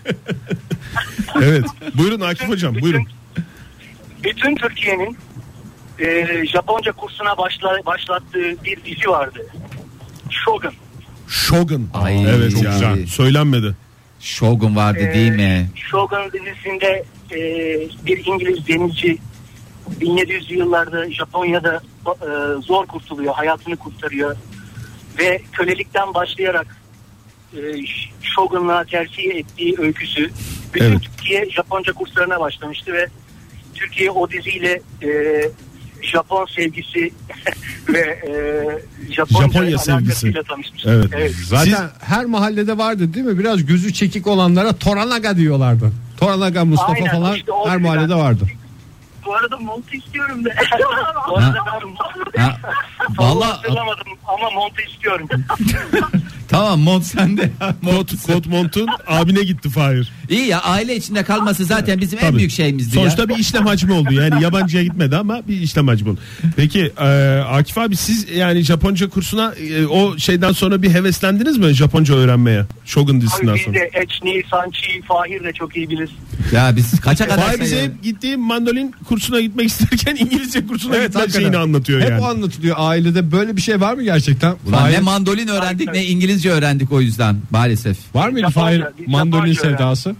Evet. Buyurun Akif hocam, buyurun. Bütün Türkiye'nin e, Japonca kursuna başla, başlattığı bir dizi vardı. Shogun. Shogun. Ay, evet çok ya. güzel. Söylenmedi. Shogun vardı Ee, değil mi? Shogun dizisinde e, bir İngiliz denizci bin yedi yüzlü yıllarda Japonya'da e, zor kurtuluyor, hayatını kurtarıyor ve kölelikten başlayarak e, Shogun'la terfi ettiği öyküsü bütün Evet. Türkiye Japonca kurslarına başlamıştı ve Türkiye o diziyle e, Japon sevgisi ve e, Japonca Japonya sevgisi. alakasıyla tanışmıştı. Evet. Evet. Zaten Siz- her mahallede vardı değil mi? Biraz gözü çekik olanlara Toranaga diyorlardı. Toranaga Mustafa Aynen, falan işte o her yüzden. mahallede vardı. Bu arada montu istiyorum da. Bu arada ben Ha, Vallahi vallahi hatırlamadım ama montu istiyorum. tamam, mont sende. Kot, kot montun abine gitti Fahir. İyi ya, aile içinde kalması zaten bizim en Tabii. büyük şeyimizdi Sonuçta ya. bir işlem hacmi oldu. Yani yabancıya gitmedi ama bir işlem hacmi oldu. Peki e, Akif abi, siz yani Japonca kursuna e, o şeyden sonra bir heveslendiniz mi Japonca öğrenmeye? Shogun dizisinden Abi biz sonra. de Eçni, Sanchi, Fahir de çok iyi bilir. Ya biz kaça kadar Fahir bize sayalım? hep gittiğim mandolin kursuna gitmek isterken İngilizce kursuna Evet, gitme hakikaten. şeyini anlatıyor Hep yani. o anlatılıyor ailede. Böyle bir şey var mı gerçekten? Ulan Fahir, ne mandolin öğrendik ne İngilizce öğrendik o yüzden maalesef. var mıydı Japonca- Fahir biz mandolin Japonca sevdası?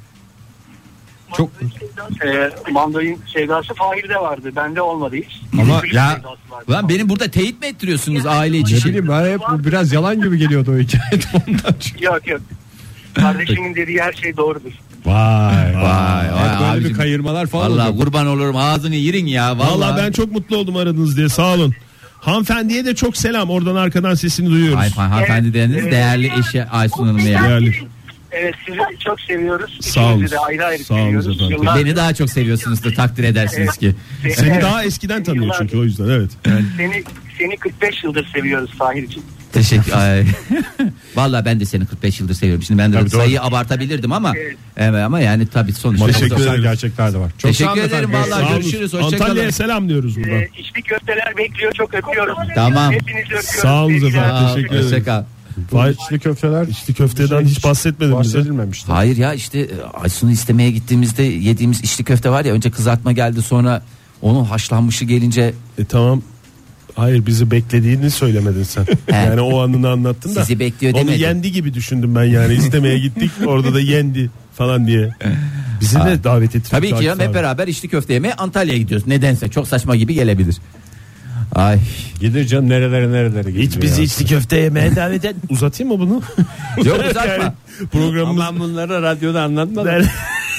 Çok Ee, mandolin sevdası Fahir'de vardı. Bende olmadı hiç. Ama Flüt Ya sevdası vardı. ulan benim burada teyit mi ettiriyorsunuz aile içi? ne şey? bileyim, ben hep bu biraz yalan gibi geliyordu o hikayede ondan çünkü. Yok yok. Kardeşimin dediği her şey doğrudur. Vay Vay, vay Hep böyle abicim. bir kayırmalar falan Vallahi oluyor. kurban olurum, ağzını yirin ya. Vallahi, Vallahi ben çok mutlu oldum aradınız diye, sağ olun. Hanımefendiye de çok selam, oradan arkadan sesini duyuyoruz. Ay hanımefendi dediniz, Evet. değerli eşi Aysun Hanım ya. Değerli. Evet, sizi çok seviyoruz. Sağ olun. İkinizi de ayrı ayrı Sağ olun seviyoruz. efendim. Yıllar- Beni daha çok seviyorsunuzdur, takdir edersiniz ki. Seni Evet. daha eskiden tanıyor Yıllar- çünkü, o yüzden evet. Seni, seni kırk beş yıldır seviyoruz Fahir için. Teşekkür. Ay. Vallahi ben de seni kırk beş yıldır seviyorum. Şimdi ben de Tabii, doğru. sayıyı abartabilirdim ama Evet. evet, ama yani tabii sonuçta. Teşekkür Sosyal ederim. gerçekler de var. Çok Teşekkür sağ olun ederim efendim. vallahi. Sağ olun. görüşürüz, hoşça Antalya'ya kalın. selam diyoruz buradan. Ee, içli köfteler bekliyor, çok öpüyoruz. Tamam. Hepinizi öpüyoruz. Sağ olun Sevgiler. efendim, Aa, teşekkür ederim. hoşça kal. Fahir, İçli köfteler içli köfteden şey hiç bahsetmedin bize. bahsedilmemişti. Hayır ya, işte e, Aysun'u istemeye gittiğimizde yediğimiz içli köfte var ya, önce kızartma geldi, sonra onun haşlanmışı gelince E tamam. Hayır, bizi beklediğini söylemedin sen. Yani o anını anlattın da. Sizi bekliyor Onu demedim. yendi gibi düşündüm ben yani. İstemeye gittik, orada da yendi falan diye. Bizi de davet ettik. tabii ki ya, hep beraber içli köfte yemeye Antalya'ya gidiyoruz. Nedense çok saçma gibi gelebilir. Ay. Gidir canım, nerelere nerelere gidiyor. Hiç bizi ya. içli köfte yemeye davet et. Uzatayım mı bunu? Yok uzatma. Yani programımız... Ama ben bunları radyoda anlatmadım. Ben-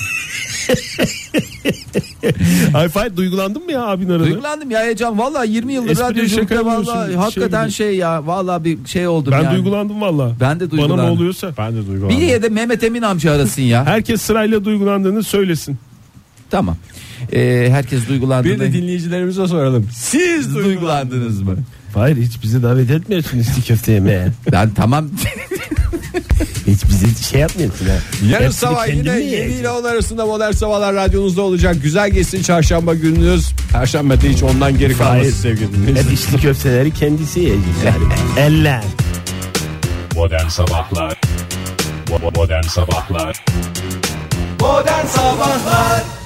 Ay Fahir, duygulandın mı ya abin arada? Duygulandım ya Ecem, vallahi yirmi yıldır Espri radyoculukta, şaka vallahi yapıyorsun, hakikaten şey şey ya, vallahi bir şey oldum Ben yani. duygulandım valla. Ben de Bana duygulandım. ne oluyorsa. Ben de duygulandım. Bir diye de Mehmet Emin amca arasın ya. Herkes sırayla duygulandığını söylesin. Tamam. Ee, herkes duygulandı. Bir de dinleyicilerimize soralım. Siz duygulandınız mı? Hayır, hiç bizi davet etmiyorsun içli köfte yemeye. Ben tamam. Hiç bizi şey yapmıyorsun ha. Yarın Hepsini sabah kendin yine mi yedi yiyeceksin? ile on arasında Modern Sabahlar radyonuzda olacak. Güzel geçsin çarşamba gününüz. Perşembede hiç ondan geri kalmasın Hayır. sevgili dinleyiciler. Hep içli köfteleri kendisi yiyecek yani. Eller. Modern Sabahlar Bo- Modern Sabahlar Modern Sabahlar